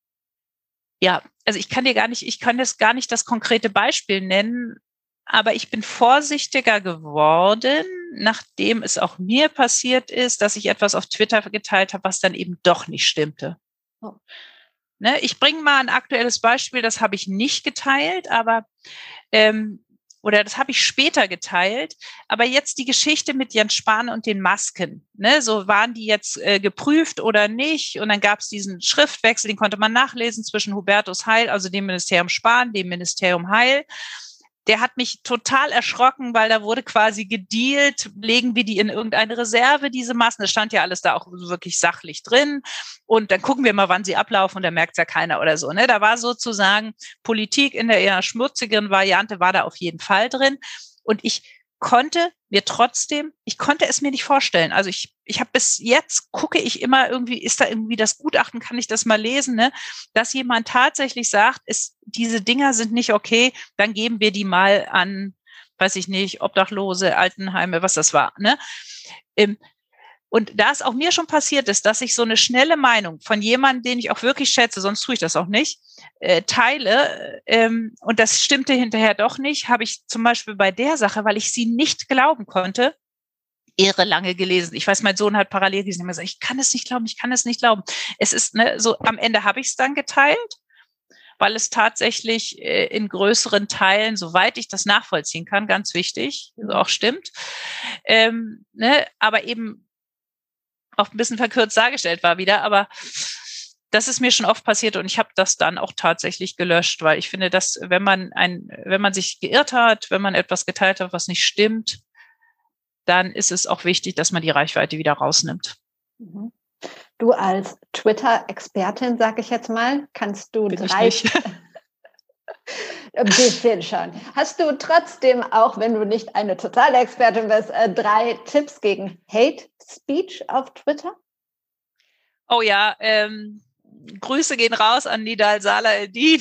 Ja, also ich kann dir gar nicht, ich kann das gar nicht das konkrete Beispiel nennen, aber ich bin vorsichtiger geworden, nachdem es auch mir passiert ist, dass ich etwas auf Twitter geteilt habe, was dann eben doch nicht stimmte. Oh. Ne, ich bringe mal ein aktuelles Beispiel, das habe ich nicht geteilt, aber ähm, oder das habe ich später geteilt, aber jetzt die Geschichte mit Jens Spahn und den Masken, ne, so waren die jetzt äh, geprüft oder nicht und dann gab es diesen Schriftwechsel, den konnte man nachlesen zwischen Hubertus Heil, also dem Ministerium Spahn, dem Ministerium Heil. Der hat mich total erschrocken, weil da wurde quasi gedealt, legen wir die in irgendeine Reserve, diese Massen. Das stand ja alles da auch wirklich sachlich drin. Und dann gucken wir mal, wann sie ablaufen und da merkt es ja keiner oder so. Ne? Da war sozusagen Politik in der eher schmutzigeren Variante, war da auf jeden Fall drin. Und ich konnte mir trotzdem, ich konnte es mir nicht vorstellen. Also ich, ich habe bis jetzt, gucke ich immer irgendwie, ist da irgendwie das Gutachten, kann ich das mal lesen, ne? Dass jemand tatsächlich sagt, ist, diese Dinger sind nicht okay, dann geben wir die mal an, weiß ich nicht, Obdachlose, Altenheime, was das war, ne? Ähm, Und da es auch mir schon passiert ist, dass ich so eine schnelle Meinung von jemandem, den ich auch wirklich schätze, sonst tue ich das auch nicht, äh, teile, ähm, und das stimmte hinterher doch nicht, habe ich zum Beispiel bei der Sache, weil ich sie nicht glauben konnte, irre lange gelesen. Ich weiß, mein Sohn hat parallel gelesen, immer gesagt, ich kann es nicht glauben, ich kann es nicht glauben. Es ist, ne, so am Ende habe ich es dann geteilt, weil es tatsächlich äh, in größeren Teilen, soweit ich das nachvollziehen kann, ganz wichtig, also auch stimmt, ähm, ne, aber eben auch ein bisschen verkürzt dargestellt war wieder, aber das ist mir schon oft passiert und ich habe das dann auch tatsächlich gelöscht, weil ich finde, dass wenn man ein, wenn man sich geirrt hat, wenn man etwas geteilt hat, was nicht stimmt, dann ist es auch wichtig, dass man die Reichweite wieder rausnimmt. Du als Twitter-Expertin, sag ich jetzt mal, kannst du Bin drei... ich nicht. Ein bisschen schon. Hast du trotzdem, auch wenn du nicht eine totale Expertin bist, drei Tipps gegen Hate Speech auf Twitter? Oh ja, ähm, Grüße gehen raus an Nidal Salah-Eldin.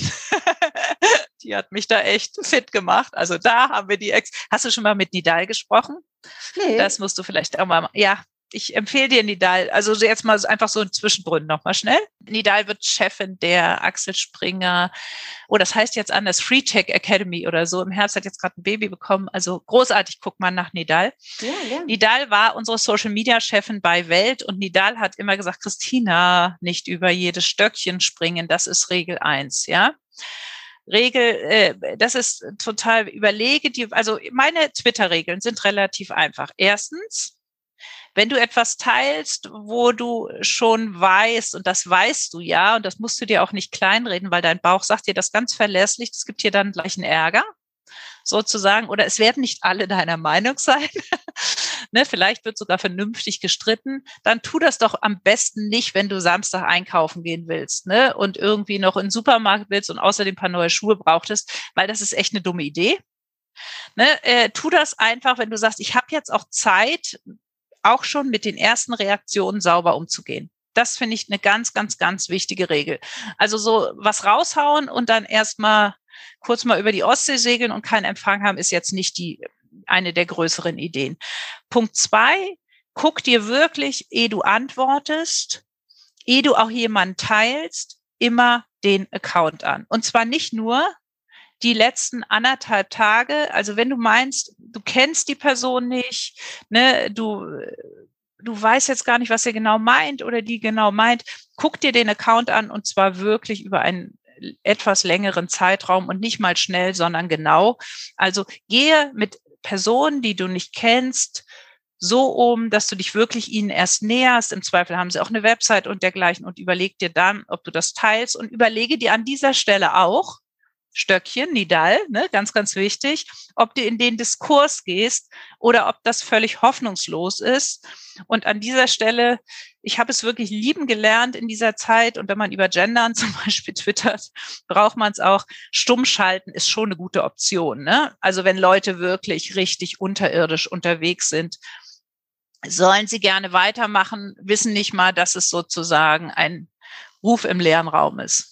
Die hat mich da echt fit gemacht. Also da haben wir die Ex. Hast du schon mal mit Nidal gesprochen? Nee. Das musst du vielleicht auch mal. Ja, ich empfehle dir Nidal, also jetzt mal einfach so ein Zwischengrund nochmal schnell. Nidal wird Chefin der Axel Springer, oh, das heißt jetzt anders, Free Tech Academy oder so. Im Herbst hat jetzt gerade ein Baby bekommen, also großartig, guck mal nach Nidal. Ja, ja. Nidal war unsere Social-Media-Chefin bei Welt und Nidal hat immer gesagt, Christina, nicht über jedes Stöckchen springen, das ist Regel eins, ja. Regel, äh, das ist total, überlege die, also meine Twitter-Regeln sind relativ einfach. Erstens, wenn du etwas teilst, wo du schon weißt, und das weißt du ja, und das musst du dir auch nicht kleinreden, weil dein Bauch sagt dir das ganz verlässlich, das gibt dir dann gleich einen Ärger, sozusagen, oder es werden nicht alle deiner Meinung sein, ne, vielleicht wird sogar vernünftig gestritten, dann tu das doch am besten nicht, wenn du Samstag einkaufen gehen willst, ne, und irgendwie noch in den Supermarkt willst und außerdem ein paar neue Schuhe brauchtest, weil das ist echt eine dumme Idee. Ne, äh, tu das einfach, wenn du sagst, ich habe jetzt auch Zeit, auch schon mit den ersten Reaktionen sauber umzugehen. Das finde ich eine ganz, ganz, ganz wichtige Regel. Also so was raushauen und dann erstmal kurz mal über die Ostsee segeln und keinen Empfang haben, ist jetzt nicht die eine der größeren Ideen. Punkt zwei, guck dir wirklich, ehe du antwortest, ehe du auch jemanden teilst, immer den Account an. Und zwar nicht nur die letzten anderthalb Tage, also wenn du meinst, du kennst die Person nicht, ne, du, du weißt jetzt gar nicht, was er genau meint oder die genau meint, guck dir den Account an und zwar wirklich über einen etwas längeren Zeitraum und nicht mal schnell, sondern genau. Also gehe mit Personen, die du nicht kennst, so um, dass du dich wirklich ihnen erst näherst. Im Zweifel haben sie auch eine Website und dergleichen und überleg dir dann, ob du das teilst und überlege dir an dieser Stelle auch, Stöckchen, Nidal, ne, ganz, ganz wichtig, ob du in den Diskurs gehst oder ob das völlig hoffnungslos ist. Und an dieser Stelle, ich habe es wirklich lieben gelernt in dieser Zeit und wenn man über Gendern zum Beispiel twittert, braucht man es auch. Stumm schalten ist schon eine gute Option, ne? Also wenn Leute wirklich richtig unterirdisch unterwegs sind, sollen sie gerne weitermachen, wissen nicht mal, dass es sozusagen ein Ruf im leeren Raum ist.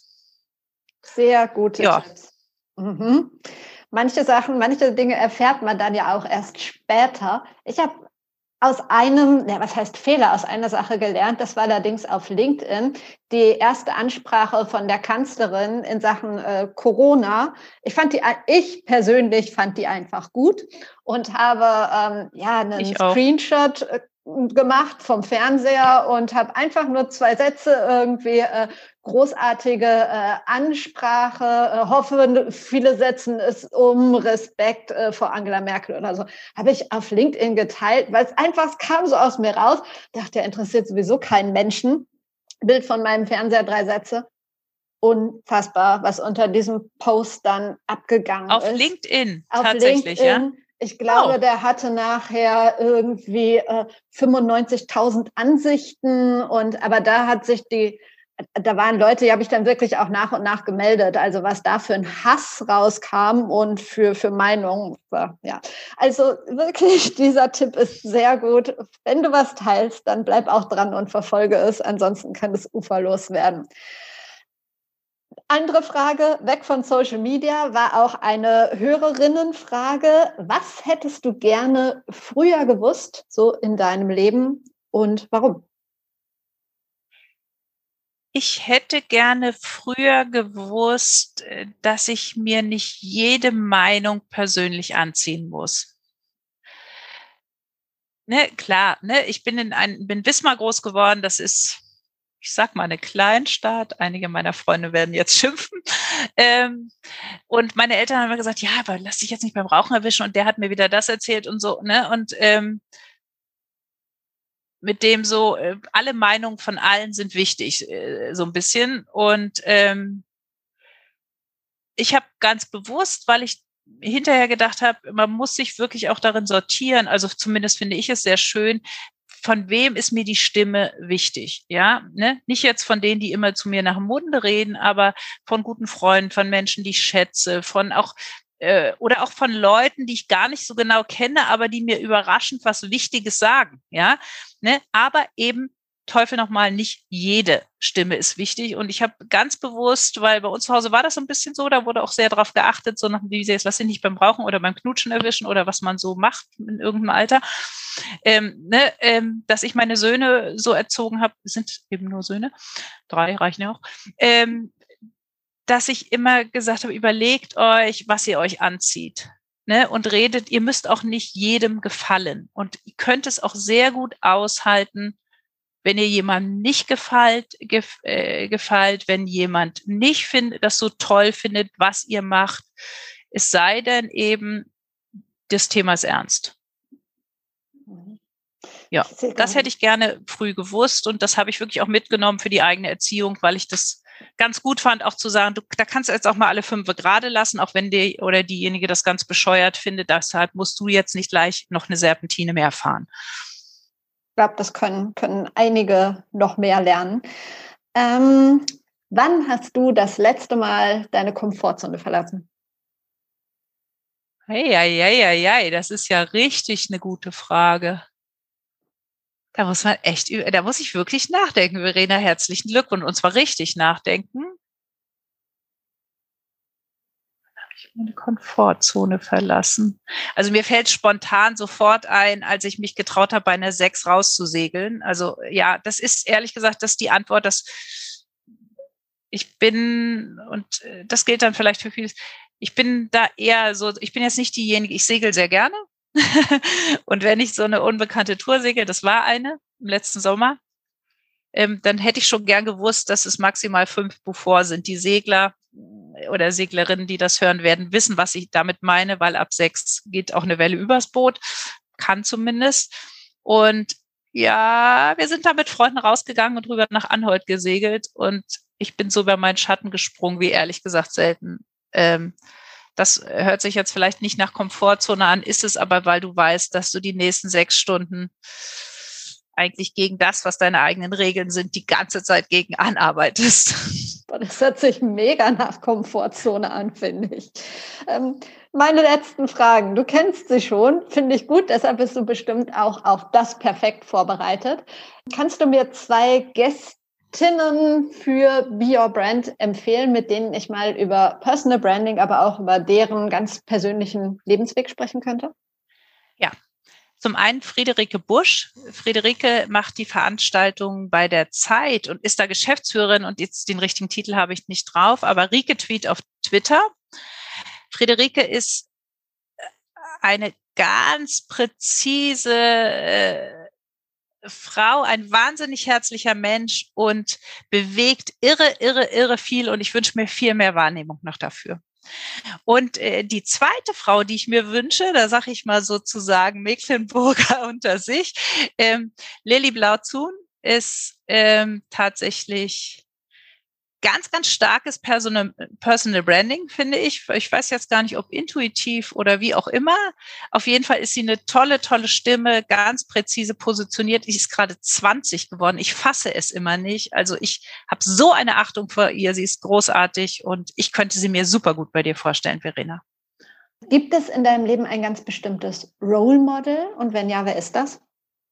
Sehr gute ja. Tipps. Mhm. Manche Sachen, manche Dinge erfährt man dann ja auch erst später. Ich habe aus einem, ja, was heißt Fehler, aus einer Sache gelernt, das war allerdings auf LinkedIn, die erste Ansprache von der Kanzlerin in Sachen äh, Corona. Ich fand die, ich persönlich fand die einfach gut und habe ähm, ja einen Ich auch. Screenshot äh, gemacht vom Fernseher und habe einfach nur zwei Sätze irgendwie äh, großartige äh, Ansprache, äh, hoffe, viele setzen es um, Respekt äh, vor Angela Merkel oder so, habe ich auf LinkedIn geteilt, weil es einfach, es kam so aus mir raus, dachte, der interessiert sowieso keinen Menschen. Bild von meinem Fernseher, drei Sätze. Unfassbar, was unter diesem Post dann abgegangen auf ist. Auf LinkedIn, auf tatsächlich, LinkedIn. ja. Ich glaube, oh. der hatte nachher irgendwie äh, fünfundneunzigtausend Ansichten und aber da hat sich die, da waren Leute, die habe ich dann wirklich auch nach und nach gemeldet, also was da für ein Hass rauskam und für, für Meinungen. Ja. Also wirklich, dieser Tipp ist sehr gut. Wenn du was teilst, dann bleib auch dran und verfolge es, ansonsten kann es uferlos werden. Andere Frage, weg von Social Media, war auch eine Hörerinnenfrage. Was hättest du gerne früher gewusst, so in deinem Leben und warum? Ich hätte gerne früher gewusst, dass ich mir nicht jede Meinung persönlich anziehen muss. Ne, klar, ne, ich bin in ein, bin Wismar groß geworden, das ist, ich sag mal, eine Kleinstadt. Einige meiner Freunde werden jetzt schimpfen. Ähm, und meine Eltern haben immer gesagt, ja, aber lass dich jetzt nicht beim Rauchen erwischen. Und der hat mir wieder das erzählt und so, ne, und ähm, mit dem so, äh, alle Meinungen von allen sind wichtig, äh, so ein bisschen. Und ähm, ich habe ganz bewusst, weil ich hinterher gedacht habe, man muss sich wirklich auch darin sortieren, also zumindest finde ich es sehr schön, von wem ist mir die Stimme wichtig, ja, ne? Nicht jetzt von denen, die immer zu mir nach dem Munde reden, aber von guten Freunden, von Menschen, die ich schätze, von auch äh, oder auch von Leuten, die ich gar nicht so genau kenne, aber die mir überraschend was Wichtiges sagen, ja, ne? Aber eben Teufel nochmal, nicht jede Stimme ist wichtig. Und ich habe ganz bewusst, weil bei uns zu Hause war das so ein bisschen so, da wurde auch sehr darauf geachtet, so nach wie sie jetzt, was sie nicht beim Rauchen oder beim Knutschen erwischen oder was man so macht in irgendeinem Alter, ähm, ne, ähm, dass ich meine Söhne so erzogen habe, sind eben nur Söhne, drei reichen ja auch, ähm, dass ich immer gesagt habe, überlegt euch, was ihr euch anzieht. Ne, und redet, ihr müsst auch nicht jedem gefallen. Und ihr könnt es auch sehr gut aushalten, wenn ihr jemandem nicht gefällt, gef, äh, gefällt, wenn jemand nicht find, das so toll findet, was ihr macht, es sei denn eben, das Thema ist ernst. Ja, das hätte ich gerne früh gewusst und das habe ich wirklich auch mitgenommen für die eigene Erziehung, weil ich das ganz gut fand, auch zu sagen, du, da kannst du jetzt auch mal alle fünf gerade lassen, auch wenn der oder diejenige das ganz bescheuert findet, deshalb musst du jetzt nicht gleich noch eine Serpentine mehr fahren. Ich glaube, das können, können einige noch mehr lernen. Ähm, wann hast du das letzte Mal deine Komfortzone verlassen? Hey, hey, hey, hey, hey, das ist ja richtig eine gute Frage. Da muss man echt, da muss ich wirklich nachdenken, Verena, herzlichen Glückwunsch, und zwar richtig nachdenken. Meine Komfortzone verlassen. Also mir fällt spontan sofort ein, als ich mich getraut habe, bei einer sechs rauszusegeln. Also ja, das ist ehrlich gesagt, das ist die Antwort, dass ich bin, und das gilt dann vielleicht für vieles, ich bin da eher so, ich bin jetzt nicht diejenige, ich segel sehr gerne. Und wenn ich so eine unbekannte Tour segel, das war eine im letzten Sommer, ähm, dann hätte ich schon gern gewusst, dass es maximal fünf Beaufort sind. Die Segler oder Seglerinnen, die das hören werden, wissen, was ich damit meine, weil ab sechs geht auch eine Welle übers Boot, kann zumindest. Und ja, wir sind da mit Freunden rausgegangen und rüber nach Anholt gesegelt und ich bin so über meinen Schatten gesprungen, wie ehrlich gesagt selten. Ähm, das hört sich jetzt vielleicht nicht nach Komfortzone an, ist es aber, weil du weißt, dass du die nächsten sechs Stunden eigentlich gegen das, was deine eigenen Regeln sind, die ganze Zeit gegen anarbeitest. Das hört sich mega nach Komfortzone an, finde ich. Ähm, meine letzten Fragen. Du kennst sie schon, finde ich gut, deshalb bist du bestimmt auch auf das perfekt vorbereitet. Kannst du mir zwei Gästinnen für Be Your Brand empfehlen, mit denen ich mal über Personal Branding, aber auch über deren ganz persönlichen Lebensweg sprechen könnte? Ja. Zum einen Friederike Busch. Friederike macht die Veranstaltung bei der Zeit und ist da Geschäftsführerin und jetzt den richtigen Titel habe ich nicht drauf, aber Rike Tweet auf Twitter. Friederike ist eine ganz präzise äh, Frau, ein wahnsinnig herzlicher Mensch und bewegt irre, irre, irre viel und ich wünsche mir viel mehr Wahrnehmung noch dafür. Und äh, die zweite Frau, die ich mir wünsche, da sage ich mal sozusagen Mecklenburger unter sich, ähm, Lilly Blauzun ist ähm, tatsächlich ganz, ganz starkes Personal, Personal Branding, finde ich. Ich weiß jetzt gar nicht, ob intuitiv oder wie auch immer. Auf jeden Fall ist sie eine tolle, tolle Stimme, ganz präzise positioniert. Sie ist gerade zwanzig geworden. Ich fasse es immer nicht. Also ich habe so eine Achtung vor ihr. Sie ist großartig und ich könnte sie mir super gut bei dir vorstellen, Verena. Gibt es in deinem Leben ein ganz bestimmtes Role Model? Und wenn ja, wer ist das?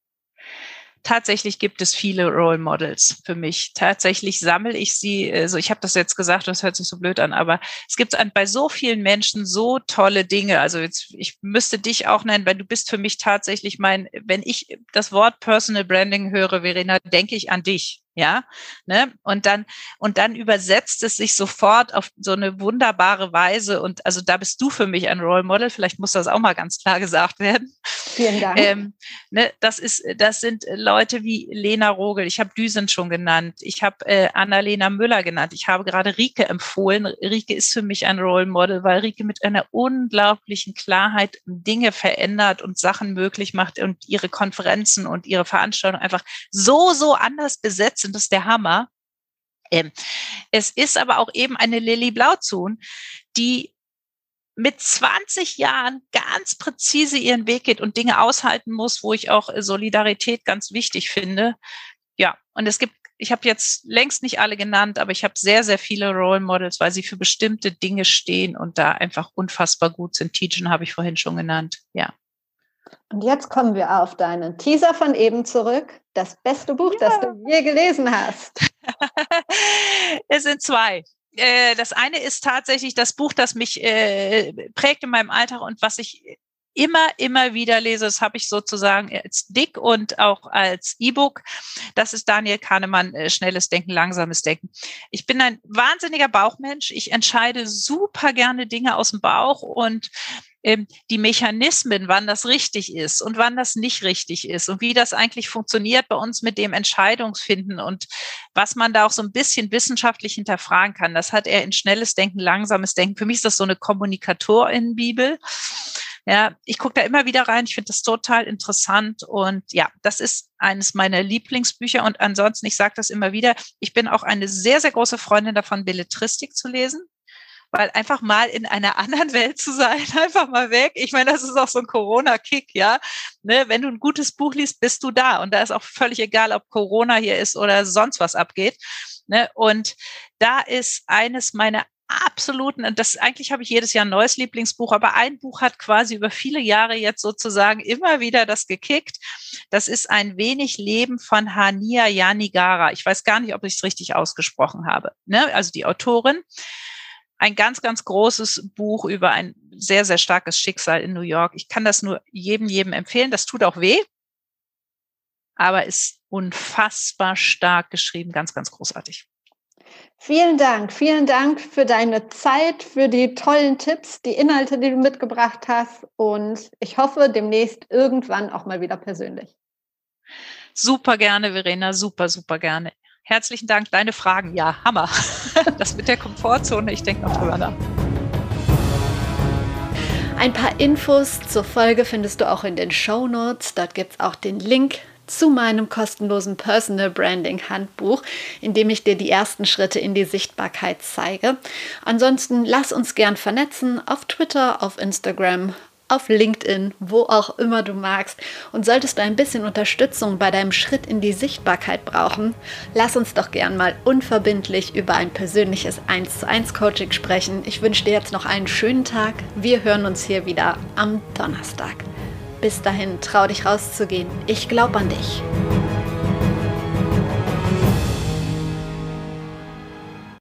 Tatsächlich gibt es viele Role Models für mich. Tatsächlich sammle ich sie, also ich habe das jetzt gesagt, das hört sich so blöd an, aber es gibt bei so vielen Menschen so tolle Dinge. Also jetzt, ich müsste dich auch nennen, weil du bist für mich tatsächlich mein, wenn ich das Wort Personal Branding höre, Verena, denke ich an dich. Ja, ne? Und dann, und dann übersetzt es sich sofort auf so eine wunderbare Weise. Und also da bist du für mich ein Role Model. Vielleicht muss das auch mal ganz klar gesagt werden. Vielen Dank. Ähm, ne, das ist, das sind Leute wie Lena Rogel. Ich habe Düsen schon genannt. Ich habe äh, Annalena Müller genannt. Ich habe gerade Rike empfohlen. Rike ist für mich ein Role Model, weil Rike mit einer unglaublichen Klarheit Dinge verändert und Sachen möglich macht und ihre Konferenzen und ihre Veranstaltungen einfach so, so anders besetzt. Das ist der Hammer. Ähm, es ist aber auch eben eine Lilly Blauzun, die mit zwanzig Jahren ganz präzise ihren Weg geht und Dinge aushalten muss, wo ich auch Solidarität ganz wichtig finde. Ja, und es gibt, ich habe jetzt längst nicht alle genannt, aber ich habe sehr, sehr viele Role Models, weil sie für bestimmte Dinge stehen und da einfach unfassbar gut sind. Tijen habe ich vorhin schon genannt, ja. Und jetzt kommen wir auf deinen Teaser von eben zurück. Das beste Buch, ja. das du je gelesen hast. Es sind zwei. Das eine ist tatsächlich das Buch, das mich prägt in meinem Alltag und was ich immer, immer wieder lese. Das habe ich sozusagen als Dick und auch als E-Book. Das ist Daniel Kahnemann, Schnelles Denken, Langsames Denken. Ich bin ein wahnsinniger Bauchmensch. Ich entscheide super gerne Dinge aus dem Bauch und ähm, die Mechanismen, wann das richtig ist und wann das nicht richtig ist und wie das eigentlich funktioniert bei uns mit dem Entscheidungsfinden und was man da auch so ein bisschen wissenschaftlich hinterfragen kann. Das hat er in Schnelles Denken, Langsames Denken. Für mich ist das so eine Kommunikatorin-Bibel. Ja, ich gucke da immer wieder rein. Ich finde das total interessant. Und ja, das ist eines meiner Lieblingsbücher. Und ansonsten, ich sage das immer wieder, ich bin auch eine sehr, sehr große Freundin davon, Belletristik zu lesen. Weil einfach mal in einer anderen Welt zu sein, einfach mal weg. Ich meine, das ist auch so ein Corona-Kick, ja. Ne, wenn du ein gutes Buch liest, bist du da. Und da ist auch völlig egal, ob Corona hier ist oder sonst was abgeht. Ne, und da ist eines meiner absoluten, und das eigentlich habe ich jedes Jahr ein neues Lieblingsbuch, aber ein Buch hat quasi über viele Jahre jetzt sozusagen immer wieder das gekickt. Das ist Ein wenig Leben von Hania Yanagihara. Ich weiß gar nicht, ob ich es richtig ausgesprochen habe. Ne? Also die Autorin. Ein ganz, ganz großes Buch über ein sehr, sehr starkes Schicksal in New York. Ich kann das nur jedem, jedem empfehlen. Das tut auch weh, aber ist unfassbar stark geschrieben. Ganz, ganz großartig. Vielen Dank, vielen Dank für deine Zeit, für die tollen Tipps, die Inhalte, die du mitgebracht hast und ich hoffe demnächst irgendwann auch mal wieder persönlich. Super gerne, Verena, super, super gerne. Herzlichen Dank, deine Fragen, ja, Hammer. Das mit der Komfortzone, ich denke noch drüber nach. Ein paar Infos zur Folge findest du auch in den Shownotes, dort gibt es auch den Link zu meinem kostenlosen Personal Branding Handbuch, in dem ich dir die ersten Schritte in die Sichtbarkeit zeige. Ansonsten lass uns gern vernetzen auf Twitter, auf Instagram, auf LinkedIn, wo auch immer du magst. Und solltest du ein bisschen Unterstützung bei deinem Schritt in die Sichtbarkeit brauchen, lass uns doch gern mal unverbindlich über ein persönliches eins zu eins Coaching sprechen. Ich wünsche dir jetzt noch einen schönen Tag. Wir hören uns hier wieder am Donnerstag. Bis dahin, trau dich rauszugehen. Ich glaube an dich.